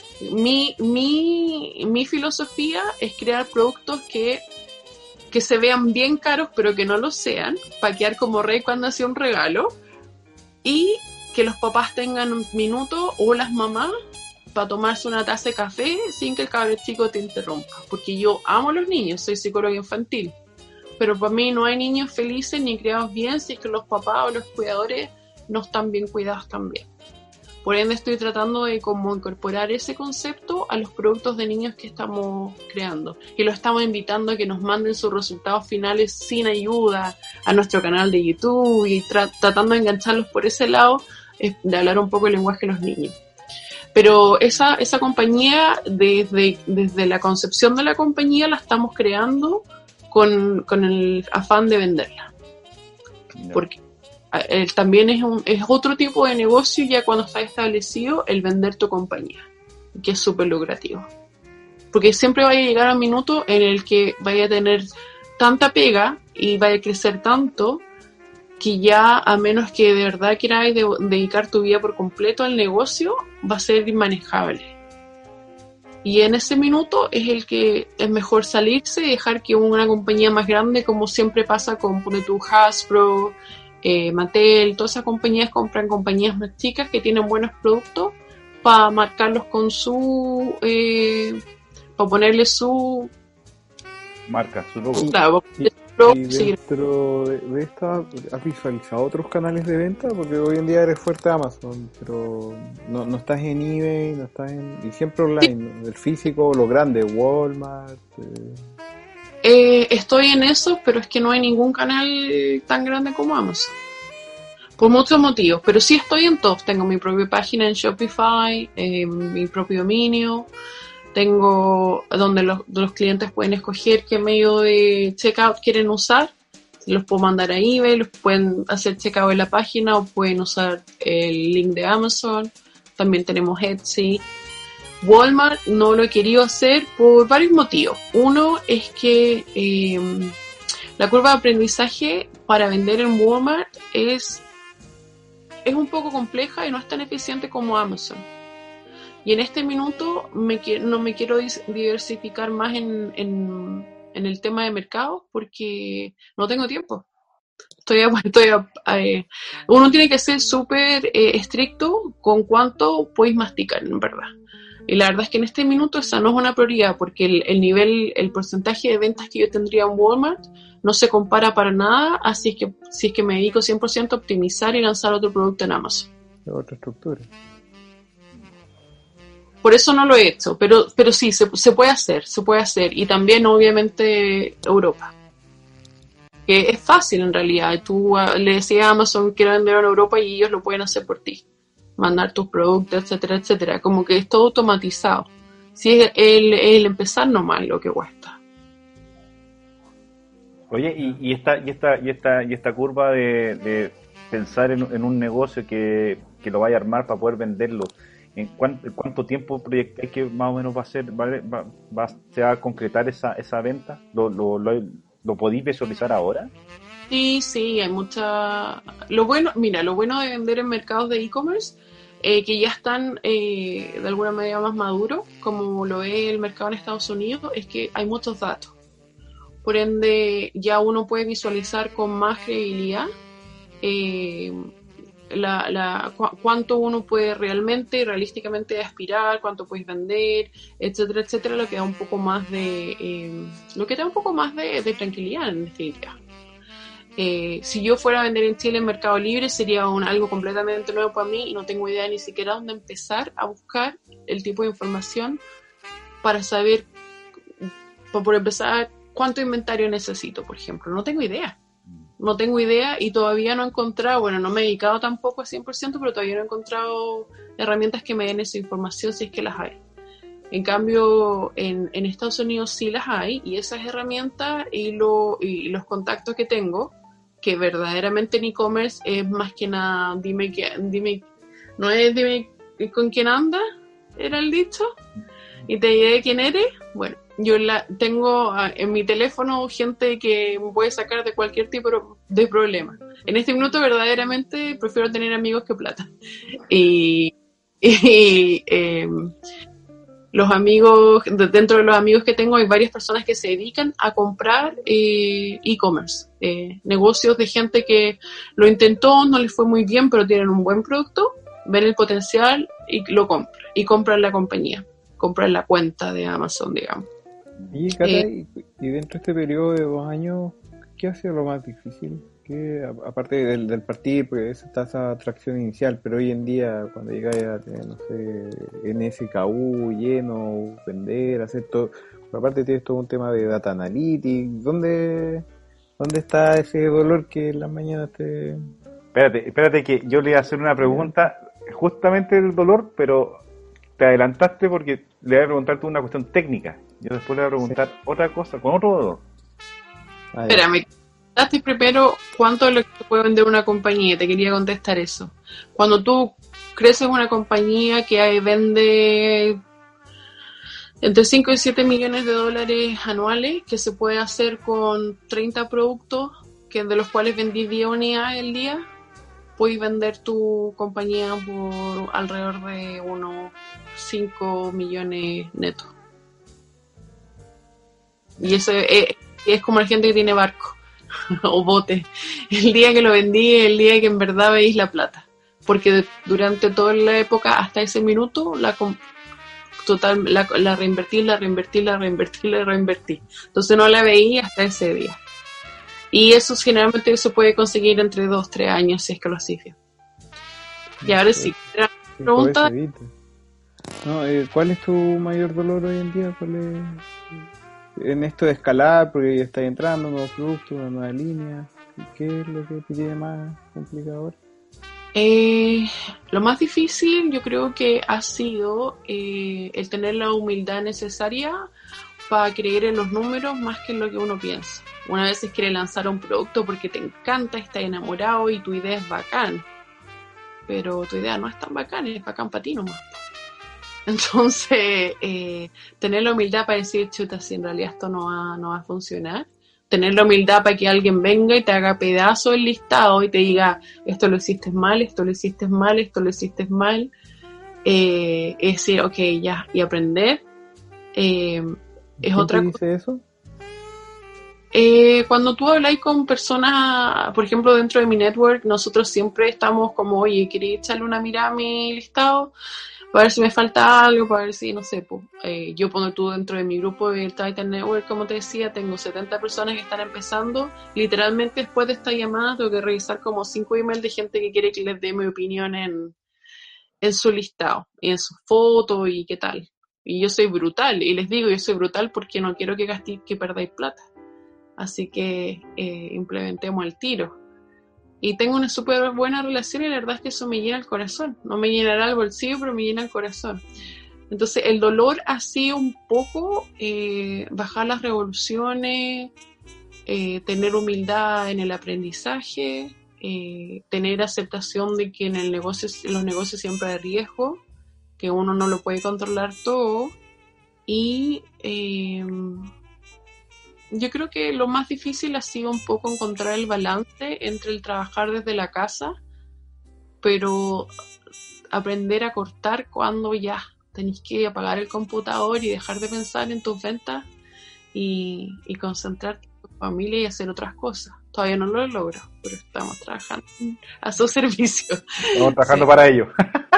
Mi filosofía es crear productos que se vean bien caros pero que no lo sean, para quedar como rey cuando hacía un regalo, y que los papás tengan un minuto o las mamás para tomarse una taza de café sin que el cabrón chico te interrumpa, porque yo amo a los niños, soy psicóloga infantil, pero para mí no hay niños felices ni criados bien si es que los papás o los cuidadores no están bien cuidados también. Por ende estoy tratando de como incorporar ese concepto a los productos de niños que estamos creando. Y los estamos invitando a que nos manden sus resultados finales sin ayuda a nuestro canal de YouTube y tratando de engancharlos por ese lado, de hablar un poco el lenguaje de los niños. Pero esa compañía, desde la concepción de la compañía, la estamos creando con el afán de venderla. No. Porque también es otro tipo de negocio ya cuando está establecido el vender tu compañía, que es súper lucrativo. Porque siempre vaya a llegar a un minuto en el que vaya a tener tanta pega y vaya a crecer tanto que ya, a menos que de verdad quieras dedicar tu vida por completo al negocio, va a ser inmanejable. Y en ese minuto es el que es mejor salirse y dejar que una compañía más grande, como siempre pasa con Hasbro, Mattel, todas esas compañías compran compañías más chicas que tienen buenos productos para marcarlos con para ponerle su marca, su logo. Claro, y dentro de esta, ¿has visualizado otros canales de venta? Porque hoy en día eres fuerte Amazon, pero no estás en eBay, no estás y siempre online, sí. El físico, lo grande, Walmart. Estoy en eso, pero es que no hay ningún canal tan grande como Amazon. Por muchos motivos, pero sí estoy en todos. Tengo mi propia página en Shopify, mi propio dominio. Tengo donde los clientes pueden escoger qué medio de checkout quieren usar. Los puedo mandar a eBay, los pueden hacer checkout en la página o pueden usar el link de Amazon. También tenemos Etsy. Walmart no lo he querido hacer por varios motivos. Uno es que la curva de aprendizaje para vender en Walmart es un poco compleja y no es tan eficiente como Amazon. Y en este minuto no me quiero diversificar más en el tema de mercado porque no tengo tiempo. Uno tiene que ser súper estricto con cuánto podéis masticar, en verdad. Y la verdad es que en este minuto esa no es una prioridad porque el porcentaje de ventas que yo tendría en Walmart no se compara para nada, así que si es que me dedico 100% a optimizar y lanzar otro producto en Amazon. Otra estructura. Por eso no lo he hecho, pero sí, se puede hacer. Y también obviamente Europa. Que es fácil en realidad. Tú le decías a Amazon quiero vender en Europa y ellos lo pueden hacer por ti. Mandar tus productos, etcétera, etcétera. Como que es todo automatizado. Si es el empezar nomás lo que cuesta. Oye, y esta curva de pensar en un negocio que lo vaya a armar para poder venderlo, ¿en cuánto tiempo proyectáis que más o menos se va a concretar esa venta? ¿Lo podéis visualizar ahora? Sí, hay mucha... Lo bueno de vender en mercados de e-commerce, que ya están de alguna manera más maduros, como lo es el mercado en Estados Unidos, es que hay muchos datos. Por ende, ya uno puede visualizar con más credibilidad cuánto uno puede realmente y realísticamente aspirar, cuánto puedes vender, etcétera, etcétera, lo que da un poco más de tranquilidad en definitiva. Si yo fuera a vender en Chile en Mercado Libre sería algo completamente nuevo para mí y no tengo idea ni siquiera dónde empezar a buscar el tipo de información para saber, por empezar, cuánto inventario necesito, por ejemplo. No tengo idea y todavía no he encontrado, bueno, no me he dedicado tampoco a 100%, pero todavía no he encontrado herramientas que me den esa información si es que las hay. En cambio, en Estados Unidos sí las hay y esas herramientas y los contactos que tengo, que verdaderamente en e-commerce es más que nada, dime con quién andas, era el dicho, y te diré quién eres. Bueno, yo tengo en mi teléfono gente que me puede sacar de cualquier tipo de problema. En este minuto verdaderamente prefiero tener amigos que plata. Los amigos, dentro de los amigos que tengo hay varias personas que se dedican a comprar e-commerce, negocios de gente que lo intentó, no les fue muy bien, pero tienen un buen producto, ven el potencial y lo compran, y compran la compañía, compran la cuenta de Amazon, digamos. Y Cata, y dentro de este periodo de 2 años, ¿qué ha sido lo más difícil? Que aparte del partido, pues esa tasa de atracción inicial, pero hoy en día cuando llegáis a tener, no sé, NSKU lleno, vender, hacer todo, por aparte tienes todo un tema de data analytics, ¿dónde está ese dolor que en las mañanas te... Espérate que yo le iba a hacer una pregunta justamente del dolor, pero te adelantaste porque le voy a preguntar tú una cuestión técnica, yo después le voy a preguntar otra cosa, con otro dolor. Espérame. Daste primero cuánto es lo que puede vender una compañía, te quería contestar eso. Cuando tú creces una compañía que vende entre 5 y 7 millones de dólares anuales, que se puede hacer con 30 productos, de los cuales vendí 10 unidades al día, puedes vender tu compañía por alrededor de unos 5 millones netos. Y eso es como la gente que tiene barco o bote. El día que lo vendí es el día que en verdad veis la plata, porque durante toda la época hasta ese minuto la reinvertí, entonces no la veía hasta ese día, y eso generalmente se puede conseguir entre 2-3 años si es que lo haces bien. Y ahora sí, pregunta. No, ¿cuál es tu mayor dolor hoy en día? ¿Cuál es en esto de escalar, porque ya está entrando nuevos productos, una nueva línea? ¿Qué es lo que te tiene más complicado ahora? Lo más difícil yo creo que ha sido el tener la humildad necesaria para creer en los números más que en lo que uno piensa. Una vez quiere lanzar un producto porque te encanta, estás enamorado y tu idea es bacán, pero tu idea no es tan bacán, es bacán para ti nomás. Entonces, tener la humildad para decir, chuta, si en realidad esto no va a funcionar. Tener la humildad para que alguien venga y te haga pedazo el listado y te diga, esto lo hiciste mal, esto lo hiciste mal, esto lo hiciste mal. Es decir, ok, ya, y aprender. Es otra cosa. ¿Quién dice eso? Cuando tú habláis con personas, por ejemplo, dentro de mi network, nosotros siempre estamos como, oye, ¿queréis echarle una mirada a mi listado? Para ver si me falta algo, para ver si, no sé, pues, yo pongo tú dentro de mi grupo de Titan Network, como te decía, tengo 70 personas que están empezando. Literalmente después de esta llamada tengo que revisar como 5 emails de gente que quiere que les dé mi opinión en su listado, y en su foto y qué tal. Y yo soy brutal, y les digo, yo soy brutal porque no quiero que gastéis, que perdáis plata. Así que implementemos el tiro. Y tengo una súper buena relación y la verdad es que eso me llena el corazón. No me llenará el bolsillo, pero me llena el corazón. Entonces el dolor ha sido un poco bajar las revoluciones, tener humildad en el aprendizaje, tener aceptación de que en los negocios siempre hay riesgo, que uno no lo puede controlar todo. Y yo creo que lo más difícil ha sido un poco encontrar el balance entre el trabajar desde la casa, pero aprender a cortar cuando ya tenés que apagar el computador y dejar de pensar en tus ventas y concentrarte en tu familia y hacer otras cosas. Todavía no lo logro, pero estamos trabajando a su servicio. Estamos trabajando para ello.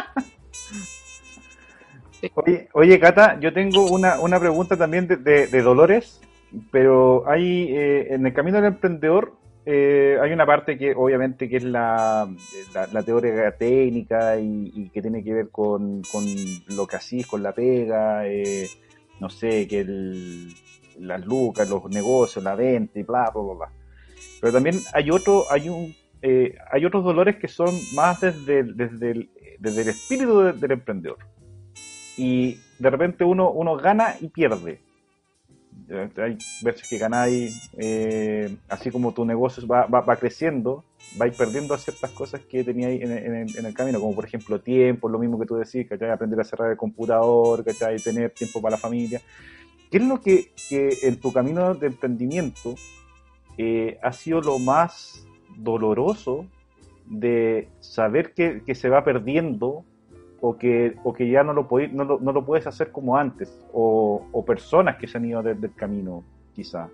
Sí. Oye, Cata, yo tengo una pregunta también de Dolores. Pero hay en el camino del emprendedor hay una parte que obviamente que es la teoría técnica y que tiene que ver con lo que hacís, con la pega, no sé, que las lucas, los negocios, la venta y bla, bla, bla, bla. Pero también hay otros dolores que son más desde el espíritu del emprendedor. Y de repente uno gana y pierde. Hay veces que ganáis, así como tu negocio va creciendo, vais perdiendo ciertas cosas que teníais en el camino, como por ejemplo tiempo, lo mismo que tú decís, ¿cachai? Aprender a cerrar el computador, ¿cachai? Tener tiempo para la familia. ¿Qué es lo que en tu camino de emprendimiento ha sido lo más doloroso de saber que se va perdiendo o que ya no lo puedes hacer como antes, o personas que se han ido del camino, quizá?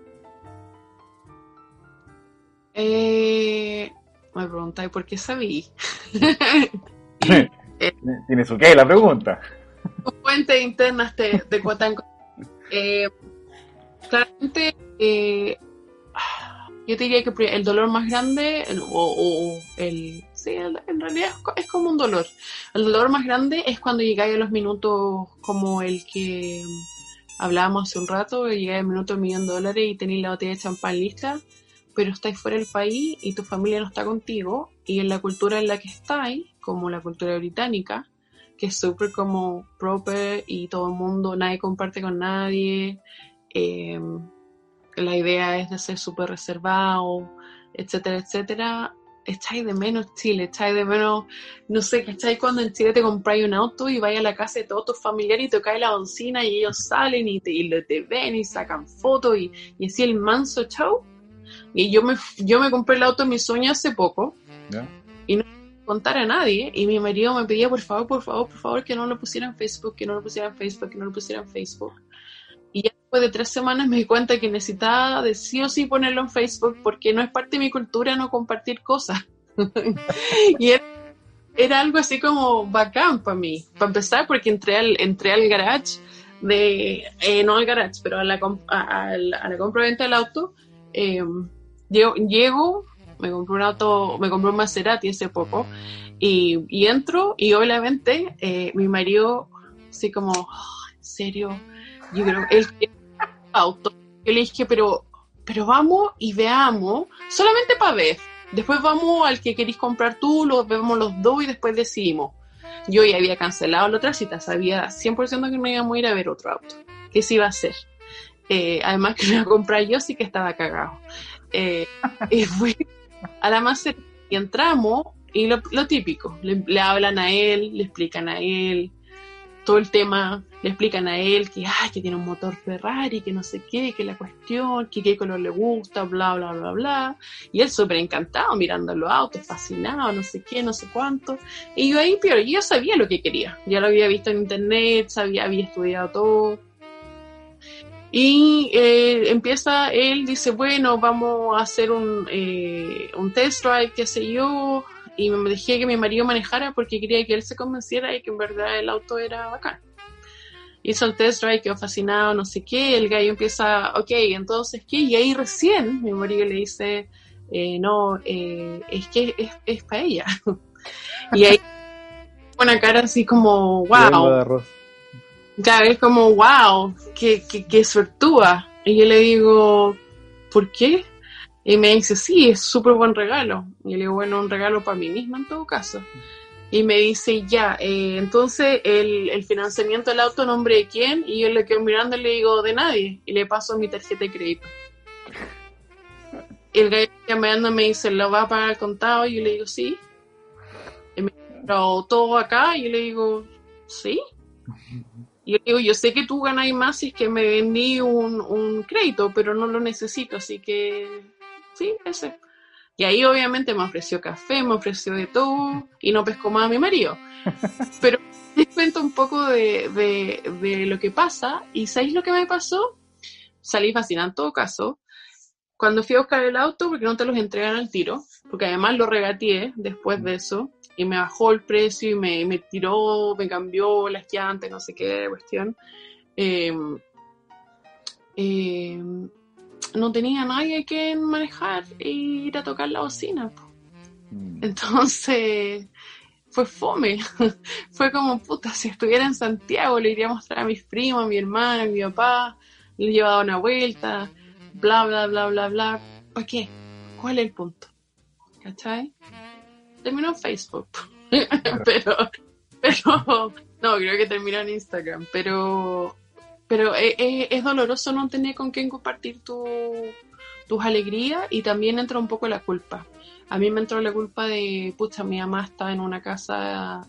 Me preguntáis por qué sabí. ¿Tiene su qué la pregunta? Fuentes internas te cuentan. Claramente, yo te diría que el dolor más grande, en realidad es como un dolor. El dolor más grande es cuando llegáis a los minutos como el que hablábamos hace un rato, que llegáis al minuto $1.000.000 y tenéis la botella de champán lista, pero estáis fuera del país y tu familia no está contigo, y en la cultura en la que estáis, como la cultura británica, que es súper como proper y todo el mundo, nadie comparte con nadie, la idea es de ser súper reservado, etcétera, etcétera. Echáis de menos Chile, echáis de menos, no sé, ¿cacháis? Cuando en Chile te compráis un auto y vais a la casa de todos tus familiares y tocáis la bocina y ellos salen y te ven y sacan fotos y así el manso chau. Y yo me compré el auto en mis sueños hace poco. ¿Ya? Y no contar a nadie, y mi marido me pedía por favor que no lo pusiera en Facebook, que no lo pusiera en Facebook. Y ya después de 3 semanas me di cuenta que necesitaba de sí o sí ponerlo en Facebook porque no es parte de mi cultura no compartir cosas. Y era algo así como bacán para mí, para empezar, porque entré al garage no al garage, pero a la compra-venta del auto. Llego, me compré un Maserati hace poco y entro y obviamente mi marido así como, ¿en serio? Yo creo que él quiere un auto. Yo le dije, pero vamos y veamos, solamente para ver. Después vamos al que queréis comprar tú, lo vemos los dos y después decidimos. Yo ya había cancelado la otra cita, sabía 100% que no íbamos a ir a ver otro auto, que se iba a hacer. Además que lo iba a comprar yo, sí que estaba cagado. Y fui a la Maserati y entramos y lo típico, le hablan a él, le explican a él, todo el tema, le explican a él que tiene un motor Ferrari, que no sé qué, que la cuestión, que qué color le gusta, bla, bla, bla, bla. Y él súper encantado, mirando los autos, fascinado, no sé qué, no sé cuánto. Y yo ahí, pero yo sabía lo que quería. Ya lo había visto en internet, había estudiado todo. Y él dice, bueno, vamos a hacer un test drive, qué sé yo. Y me dejé que mi marido manejara porque quería que él se convenciera y que en verdad el auto era bacán. Hizo el test drive, quedó fascinado, no sé qué. El gallo empieza, ok, entonces, ¿qué? Y ahí recién mi marido le dice, no, es que es para ella. Y ahí una cara así como, wow. Claro, es como, wow, qué suertúa. Y yo le digo, ¿por qué? Y me dice, sí, es súper buen regalo. Y yo le digo, bueno, un regalo para mí misma en todo caso. Y me dice, ya, entonces el financiamiento del auto, ¿nombre de quién? Y yo le quedo mirando y le digo, de nadie. Y le paso mi tarjeta de crédito. Y el gallo llamando me dice, ¿lo va a pagar al contado? Y yo le digo, sí. Y me dice, ¿pero todo acá? Y yo le digo, sí. Y yo digo, yo sé que tú ganas más si es que me vendí un crédito, pero no lo necesito, así que sí, ese. Y ahí obviamente me ofreció café, me ofreció de todo, y no pescó más a mi marido. Pero les cuento un poco de lo que pasa, y ¿sabéis lo que me pasó? Salí fascinada en todo caso. Cuando fui a buscar el auto, porque no te los entregan al tiro, porque además lo regateé después de eso, y me bajó el precio y me tiró, me cambió las llantas, no sé qué cuestión. No tenía nadie que manejar e ir a tocar la bocina. Entonces fue fome. Fue como, puta, si estuviera en Santiago le iría a mostrar a mis primos, a mi hermana, a mi papá, le iba a dar una vuelta, bla, bla, bla, bla, bla. ¿Para qué? ¿Cuál es el punto? ¿Cachai? Terminó en Facebook. pero no, creo que terminó en Instagram. Pero es doloroso no tener con quién compartir tus alegrías, y también entra un poco la culpa. A mí me entró la culpa de, pucha, mi mamá está en una casa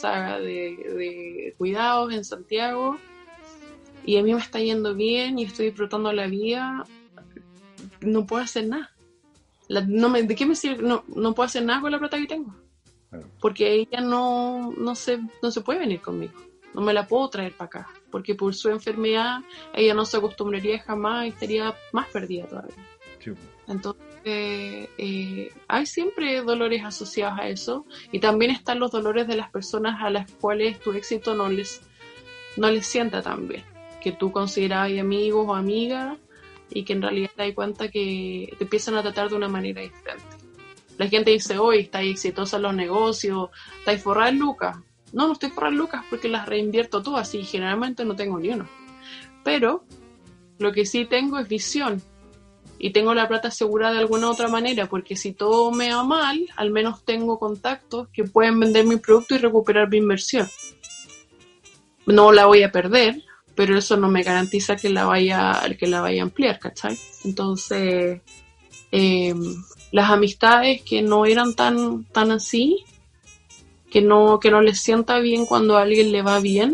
de cuidados en Santiago, y a mí me está yendo bien y estoy disfrutando la vida. No puedo hacer nada. ¿De qué me sirve? No puedo hacer nada con la plata que tengo. Porque ella no se puede venir conmigo. No me la puedo traer para acá. Porque por su enfermedad ella no se acostumbraría jamás y estaría más perdida todavía. Sí. Entonces hay siempre dolores asociados a eso, y también están los dolores de las personas a las cuales tu éxito no les sienta tan bien, que tú considerabas amigos o amigas y que en realidad te das cuenta que te empiezan a tratar de una manera diferente. La gente dice, hoy estáis exitosa en los negocios, estáis forrada en lucas. No estoy forrada en lucas porque las reinvierto todas y generalmente no tengo ni uno. Pero lo que sí tengo es visión, y tengo la plata asegurada de alguna otra manera, porque si todo me va mal, al menos tengo contactos que pueden vender mi producto y recuperar mi inversión. No la voy a perder, pero eso no me garantiza que la vaya a ampliar, ¿cachai? Entonces, las amistades que no eran tan así, que no les sienta bien cuando a alguien le va bien,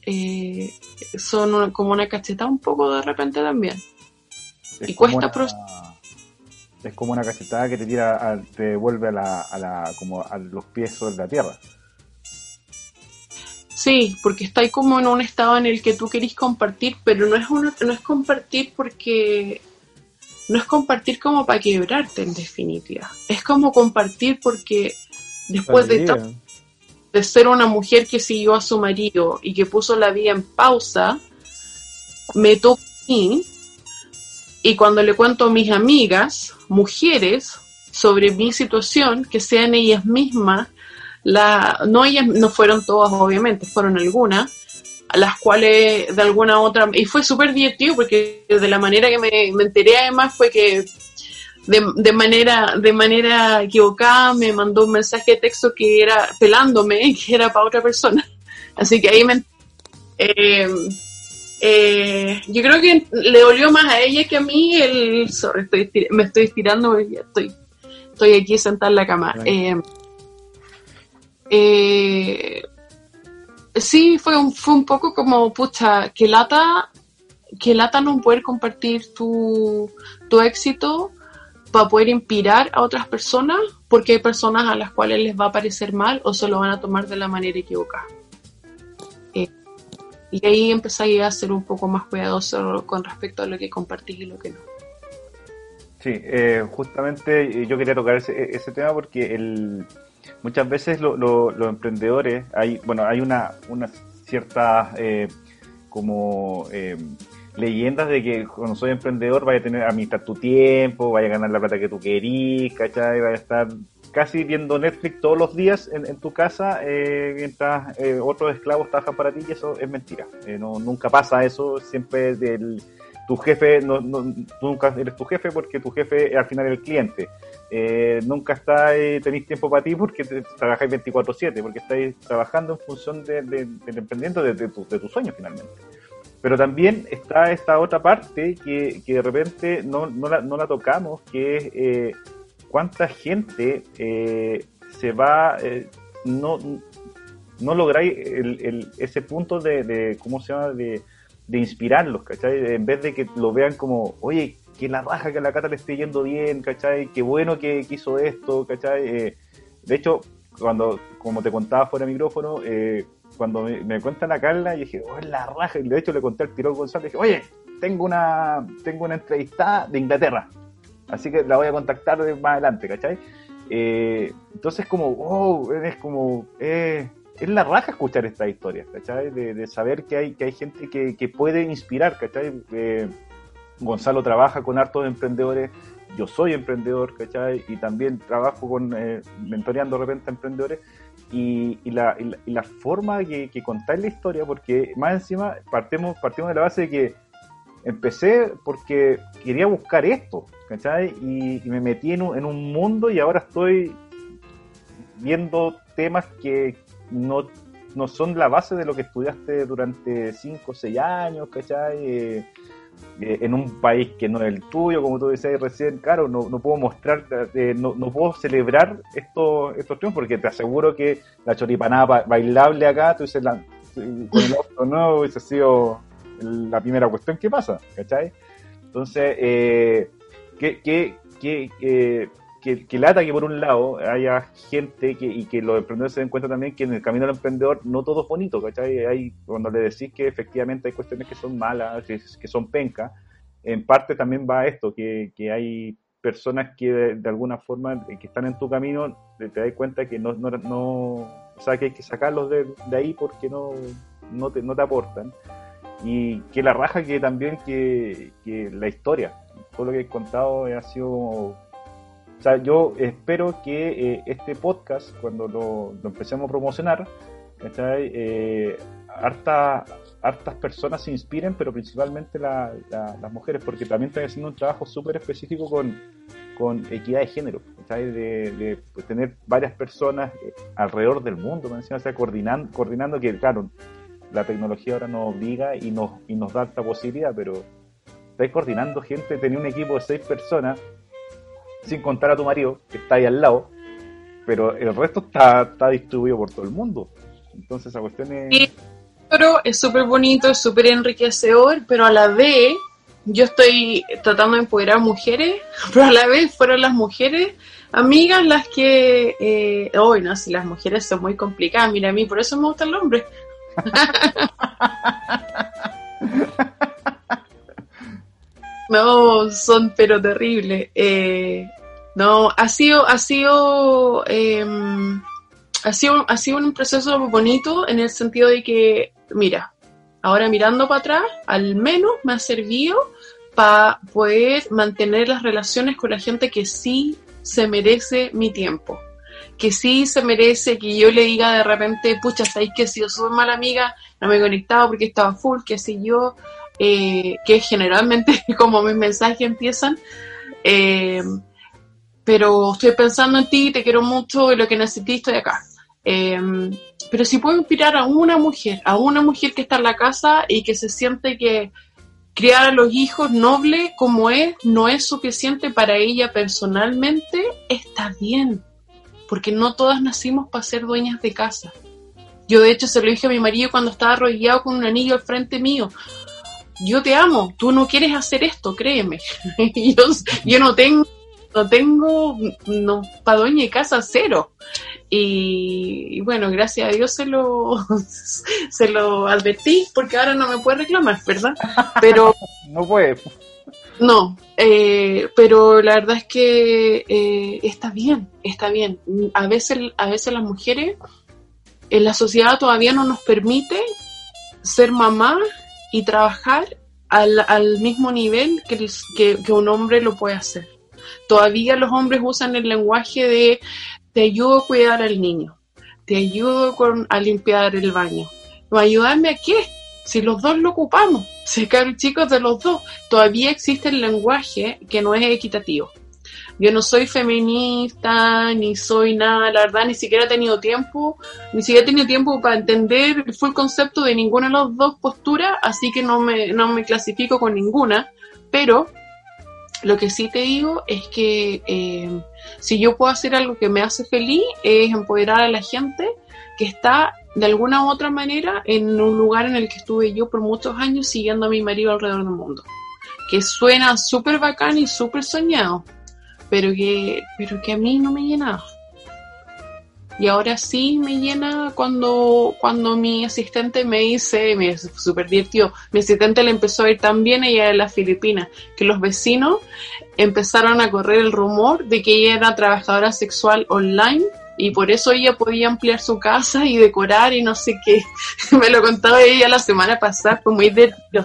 son como una cachetada un poco de repente también. Y cuesta es como una cachetada que te tira, te devuelve como a los pies sobre la tierra. Sí, porque estáis como en un estado en el que tú querís compartir, pero no es compartir porque no es compartir como para quebrarte, en definitiva. Es como compartir porque después de ser una mujer que siguió a su marido y que puso la vida en pausa, me toca a mí. Y cuando le cuento a mis amigas, mujeres, sobre mi situación, que sean ellas mismas, ellas no fueron todas obviamente, fueron algunas, a las cuales de alguna otra, y fue súper divertido porque de la manera que me enteré además fue que de manera equivocada me mandó un mensaje de texto que era pelándome, que era para otra persona. Así que ahí yo creo que le dolió más a ella que a mí me estoy estirando porque ya estoy aquí sentada en la cama. sí, fue un poco como, pucha, que lata no poder compartir tu éxito para poder inspirar a otras personas, porque hay personas a las cuales les va a parecer mal o se lo van a tomar de la manera equivocada. Y ahí empecé a ser un poco más cuidadoso con respecto a lo que compartí y lo que no. Sí, justamente yo quería tocar ese tema porque muchas veces los emprendedores, hay una cierta leyendas de que cuando soy emprendedor vaya a tener administrar tu tiempo, vaya a ganar la plata que tú querís, ¿cachai? Vaya a estar casi viendo Netflix todos los días en tu casa mientras otros esclavos trabajan para ti, y eso es mentira. Nunca pasa eso, siempre tu jefe, tú nunca eres tu jefe porque tu jefe al final es el cliente. Nunca tenéis tiempo para ti porque trabajáis 24/7, porque estáis trabajando en función del emprendimiento de tu sueño finalmente. Pero también está esta otra parte que de repente no la tocamos, que es cuánta gente se va, no lográis ese punto de ¿cómo se llama? De inspirarlos, ¿cachai? En vez de que lo vean como, oye, que la raja, que a la Cata le esté yendo bien, ¿cachai? Qué bueno que hizo esto, ¿cachai? De hecho, como te contaba fuera de micrófono, cuando me cuentan a Carla, yo dije, oh, la raja, y de hecho le conté al Tiro González, dije, oye, tengo una entrevistada de Inglaterra, así que la voy a contactar más adelante, ¿cachai? Entonces es la raja escuchar estas historias, ¿cachai? De saber que hay gente que puede inspirar, ¿cachai? Gonzalo trabaja con hartos emprendedores, yo soy emprendedor, ¿cachai? Y también trabajo mentoreando de repente a emprendedores, y la forma que contáis la historia, porque más encima partimos de la base de que empecé porque quería buscar esto, ¿cachai? Y me metí en un mundo, y ahora estoy viendo temas que no son la base de lo que estudiaste durante 5 o 6 años, ¿cachai? En un país que no es el tuyo, como tú decías recién, claro, no puedo mostrar, no puedo celebrar estos triunfos, porque te aseguro que la choripanada bailable acá, tú dices, con el auto nuevo, hubiese sido la primera cuestión que pasa, ¿cachai? Entonces, que lata que por un lado haya gente y que los emprendedores se den cuenta también que en el camino del emprendedor no todo es bonito, ¿cachai? Cuando le decís que efectivamente hay cuestiones que son malas, que son pencas, en parte también va a esto, que hay personas que de alguna forma que están en tu camino, te das cuenta que no o sea, que hay que sacarlos de ahí porque no te aportan. Y que la raja que también que la historia, todo lo que he contado ha sido... O sea, yo espero que este podcast, cuando lo empecemos a promocionar, hartas personas se inspiren, pero principalmente las mujeres, porque también están haciendo un trabajo súper específico con equidad de género, de tener varias personas alrededor del mundo, o sea, coordinando, que claro, la tecnología ahora nos obliga y nos da esta posibilidad, pero estáis coordinando gente, tener un equipo de 6 personas, sin contar a tu marido, que está ahí al lado, pero el resto está distribuido por todo el mundo. Entonces esa cuestión es... Sí, pero es súper bonito, es súper enriquecedor, pero a la vez yo estoy tratando de empoderar mujeres, pero a la vez fueron las mujeres amigas las que... no, si las mujeres son muy complicadas, mira, a mí por eso me gusta el hombre. No, son pero terribles. No, ha sido un proceso bonito en el sentido de que, mira, ahora mirando para atrás, al menos me ha servido para poder mantener las relaciones con la gente que sí se merece mi tiempo, que sí se merece que yo le diga de repente, pucha, ¿sabéis que si yo soy mala amiga, no me he conectado porque estaba full, que si yo... que generalmente como mis mensajes empiezan, pero estoy pensando en ti, te quiero mucho y lo que necesites estoy acá. Pero si puedo inspirar a una mujer que está en la casa y que se siente que criar a los hijos noble como no es suficiente para ella personalmente, está bien, porque no todas nacimos para ser dueñas de casa. Yo de hecho se lo dije a mi marido cuando estaba arrodillado con un anillo al frente mío. Yo te amo, tú no quieres hacer esto, créeme. yo no tengo para dueña de casa, cero. Y bueno, gracias a Dios se lo advertí, porque ahora no me puede reclamar, ¿verdad? Pero no puede. No, pero la verdad es que está bien. A veces las mujeres en la sociedad todavía no nos permite ser mamá y trabajar al mismo nivel que un hombre lo puede hacer. Todavía los hombres usan el lenguaje de te ayudo a cuidar al niño, te ayudo a limpiar el baño. ¿Ayudarme a qué? Si los dos lo ocupamos, si caen chicos de los dos, todavía existe el lenguaje que no es equitativo. Yo no soy feminista, ni soy nada, la verdad, ni siquiera he tenido tiempo para entender el full concepto de ninguna de las dos posturas, así que no me clasifico con ninguna, pero lo que sí te digo es que si yo puedo hacer algo que me hace feliz, es empoderar a la gente que está de alguna u otra manera en un lugar en el que estuve yo por muchos años siguiendo a mi marido alrededor del mundo, que suena súper bacán y súper soñado, pero que a mí no me llenaba. Y ahora sí me llena cuando mi asistente me dice, me es súper divertido, mi asistente le empezó a ir tan bien ella de las Filipinas, que los vecinos empezaron a correr el rumor de que ella era trabajadora sexual online, y por eso ella podía ampliar su casa y decorar y no sé qué. Me lo contaba ella la semana pasada, fue muy divertido.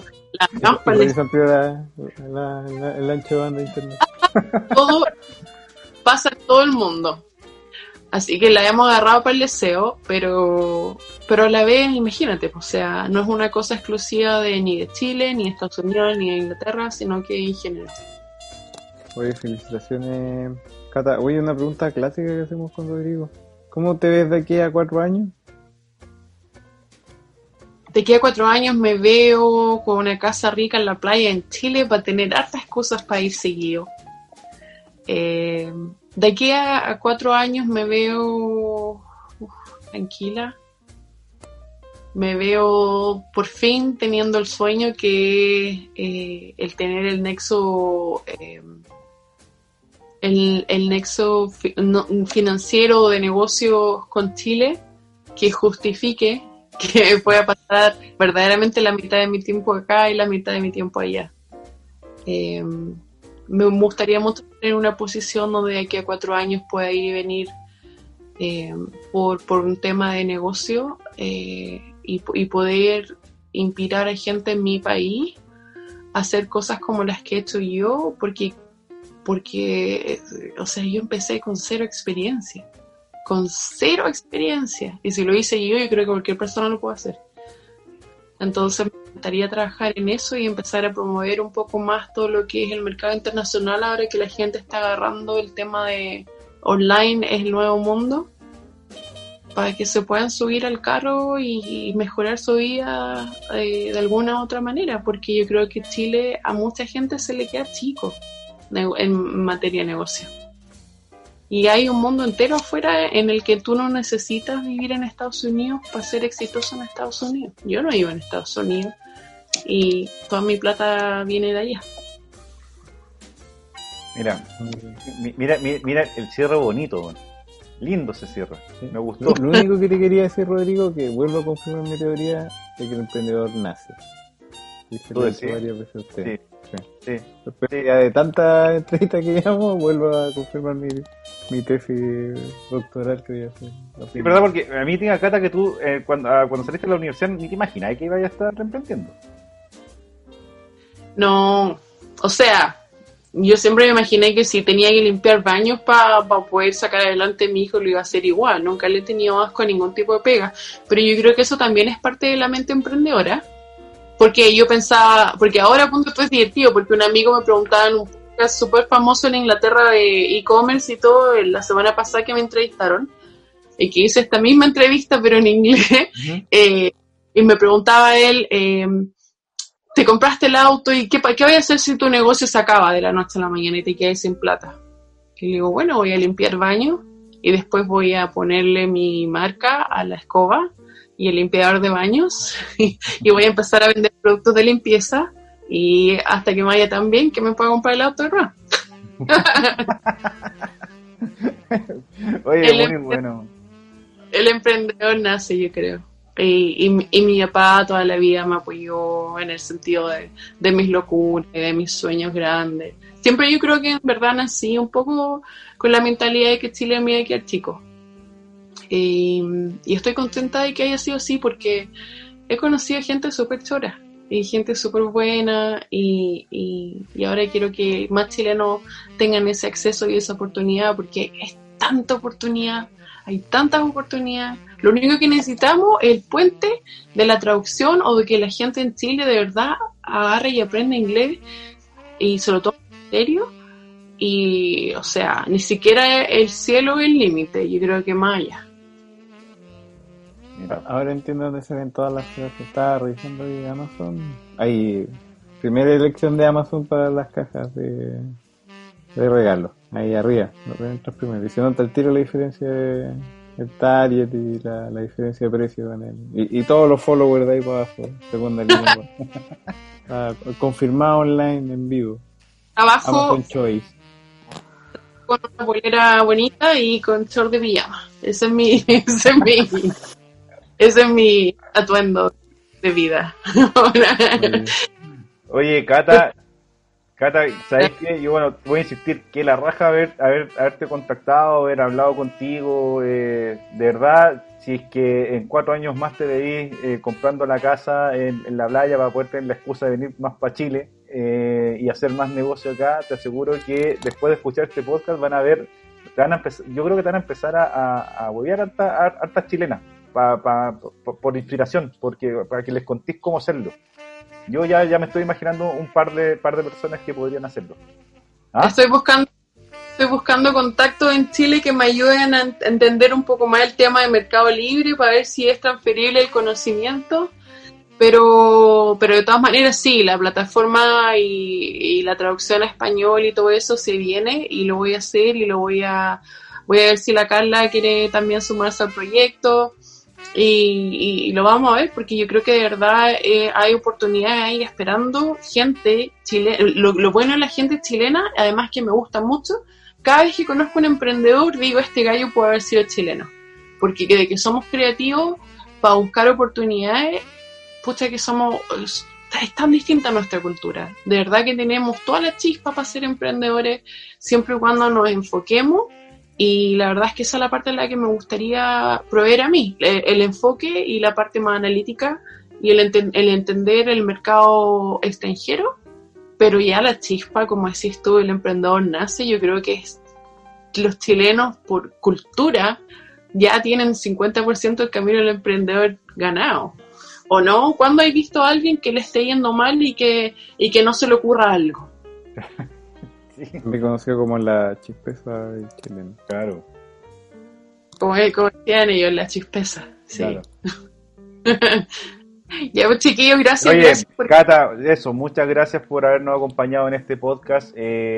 El ancho de banda de internet. Todo pasa en todo el mundo. Así que la hemos agarrado para el deseo, pero a la vez, imagínate, o sea, no es una cosa exclusiva ni de Chile, ni de Estados Unidos, ni de Inglaterra, sino que en general. Oye, felicitaciones, Cata. Oye, una pregunta clásica que hacemos con Rodrigo. ¿Cómo te ves de aquí a 4 años? De aquí a 4 años me veo con una casa rica en la playa en Chile para tener hartas cosas para ir seguido. De aquí a 4 años me veo tranquila. Me veo por fin teniendo el sueño que el tener el nexo financiero de negocios con Chile que justifique que pueda pasar verdaderamente la mitad de mi tiempo acá y la mitad de mi tiempo allá. Me gustaría mucho tener una posición donde de aquí a 4 años pueda ir y venir por un tema de negocio y poder inspirar a gente en mi país a hacer cosas como las que he hecho yo, porque o sea, yo empecé con cero experiencia, y si lo hice yo creo que cualquier persona lo puede hacer. Entonces me gustaría trabajar en eso y empezar a promover un poco más todo lo que es el mercado internacional ahora que la gente está agarrando el tema de online es el nuevo mundo, para que se puedan subir al carro y mejorar su vida de alguna u otra manera, porque yo creo que Chile a mucha gente se le queda chico en materia de negocio. Y hay un mundo entero afuera en el que tú no necesitas vivir en Estados Unidos para ser exitoso en Estados Unidos. Yo no vivo en Estados Unidos y toda mi plata viene de allá. Mira el cierre bonito, lindo ese cierre, me gustó. Lo único que te quería decir, Rodrigo, que vuelvo a confirmar mi teoría de que el emprendedor nace. Y se lo he dicho varias veces a usted. Sí. Después de tantas entrevistas que llevamos, vuelvo a confirmar mi tesis doctoral que voy a hacer. Sí, verdad, porque a mí tiene Cata que tú cuando saliste de la universidad ni te imaginabas que ibas a estar emprendiendo. No, o sea, yo siempre me imaginé que si tenía que limpiar baños para poder sacar adelante a mi hijo lo iba a hacer igual. Nunca le he tenido asco a ningún tipo de pega, pero yo creo que eso también es parte de la mente emprendedora. Porque yo pensaba, porque ahora a punto esto es divertido, porque un amigo me preguntaba en un podcast súper famoso en Inglaterra de e-commerce y todo, la semana pasada que me entrevistaron, y que hice esta misma entrevista pero en inglés, y me preguntaba él, te compraste el auto y ¿qué voy a hacer si tu negocio se acaba de la noche a la mañana y te quedas sin plata? Y le digo, bueno, voy a limpiar baños y después voy a ponerle mi marca a la escoba y el limpiador de baños y voy a empezar a vender productos de limpieza y hasta que me vaya tan bien que me pueda comprar el auto de ruedas. Oye, muy bueno. El emprendedor nace, yo creo. Y mi papá toda la vida me apoyó en el sentido de mis locuras, de mis sueños grandes. Siempre yo creo que en verdad nací un poco con la mentalidad de que Chile me iba a quedar chico. Y estoy contenta de que haya sido así porque he conocido gente súper chora y gente súper buena y ahora quiero que más chilenos tengan ese acceso y esa oportunidad porque es tanta oportunidad, hay tantas oportunidades. Lo único que necesitamos es el puente de la traducción o de que la gente en Chile de verdad agarre y aprenda inglés y se lo tome en serio. Y, o sea, ni siquiera el cielo es el límite, yo creo que más allá. Mira, ahora entiendo dónde se ven todas las cosas que estaba revisando de Amazon. Hay primera elección de Amazon para las cajas de regalo. Ahí arriba, lo entras primero. Y se nota el tiro la diferencia de el target y la diferencia de precio en el, y todos los followers de ahí para abajo, segunda línea. Confirmado online en vivo. Abajo Amazon Choice. Con una bolera bonita y con short de pijama. Ese es mi atuendo de vida. Oye, Cata, ¿sabes qué? Yo, bueno, voy a insistir que la raja haberte contactado, haber hablado contigo, de verdad, si es que en 4 años más te veís comprando la casa en la playa para poder tener la excusa de venir más para Chile y hacer más negocio acá, te aseguro que después de escuchar este podcast yo creo que te van a empezar a huevear hartas chilenas por inspiración, para que les contéis cómo hacerlo. Yo ya me estoy imaginando un par de personas que podrían hacerlo. ¿Ah? Estoy buscando contactos en Chile que me ayuden a entender un poco más el tema de Mercado Libre para ver si es transferible el conocimiento, pero de todas maneras sí, la plataforma y la traducción a español y todo eso se viene y lo voy a hacer y voy a ver si la Carla quiere también sumarse al proyecto. Y lo vamos a ver porque yo creo que de verdad hay oportunidades ahí esperando gente chilena. Lo bueno de la gente chilena, además que me gusta mucho, cada vez que conozco un emprendedor digo, este gallo puede haber sido chileno, porque de que somos creativos para buscar oportunidades, pucha que es tan distinta nuestra cultura, de verdad que tenemos toda la chispa para ser emprendedores siempre y cuando nos enfoquemos. Y la verdad es que esa es la parte en la que me gustaría proveer a mí, el enfoque y la parte más analítica y el entender el mercado extranjero, pero ya la chispa, como decís tú, el emprendedor nace. Yo creo que los chilenos por cultura ya tienen 50% del camino del emprendedor ganado. ¿O no? ¿Cuándo has visto a alguien que le esté yendo mal y que no se le ocurra algo? Sí. Me conoció como la chispeza chilena. Claro. Como decían ellos, la chispeza. Sí. Claro. Ya, pues, chiquillos, gracias. Oye, gracias Cata, muchas gracias por habernos acompañado en este podcast.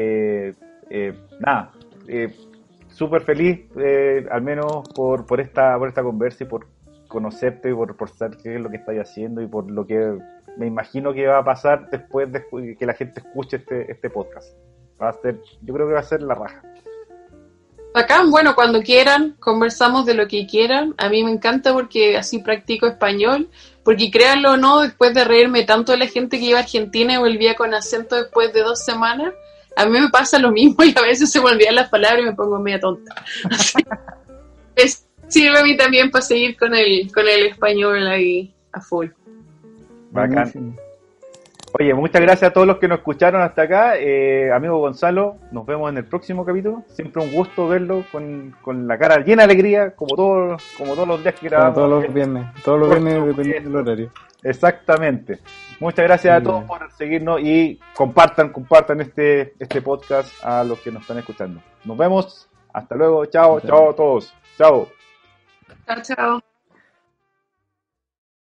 Súper feliz, al menos por esta conversa y por conocerte y por saber qué es lo que estáis haciendo y por lo que me imagino que va a pasar después de que la gente escuche este podcast. Yo creo que va a ser la raja. Acá, bueno, cuando quieran, conversamos de lo que quieran. A mí me encanta porque así practico español, porque créanlo o no, después de reírme tanto de la gente que iba a Argentina y volvía con acento después de 2 semanas, a mí me pasa lo mismo y a veces se me olvidan las palabras y me pongo media tonta. Así, sirve a mí también para seguir con el español ahí a full. Bacán. Buenísimo. Oye, muchas gracias a todos los que nos escucharon hasta acá. Amigo Gonzalo, nos vemos en el próximo capítulo. Siempre un gusto verlo con la cara llena de alegría, como todos los días que grabamos. Todos los viernes dependiendo del horario. Exactamente. Muchas gracias a todos por seguirnos y compartan este podcast a los que nos están escuchando. Nos vemos. Hasta luego. Chao a todos. Chao. Chao.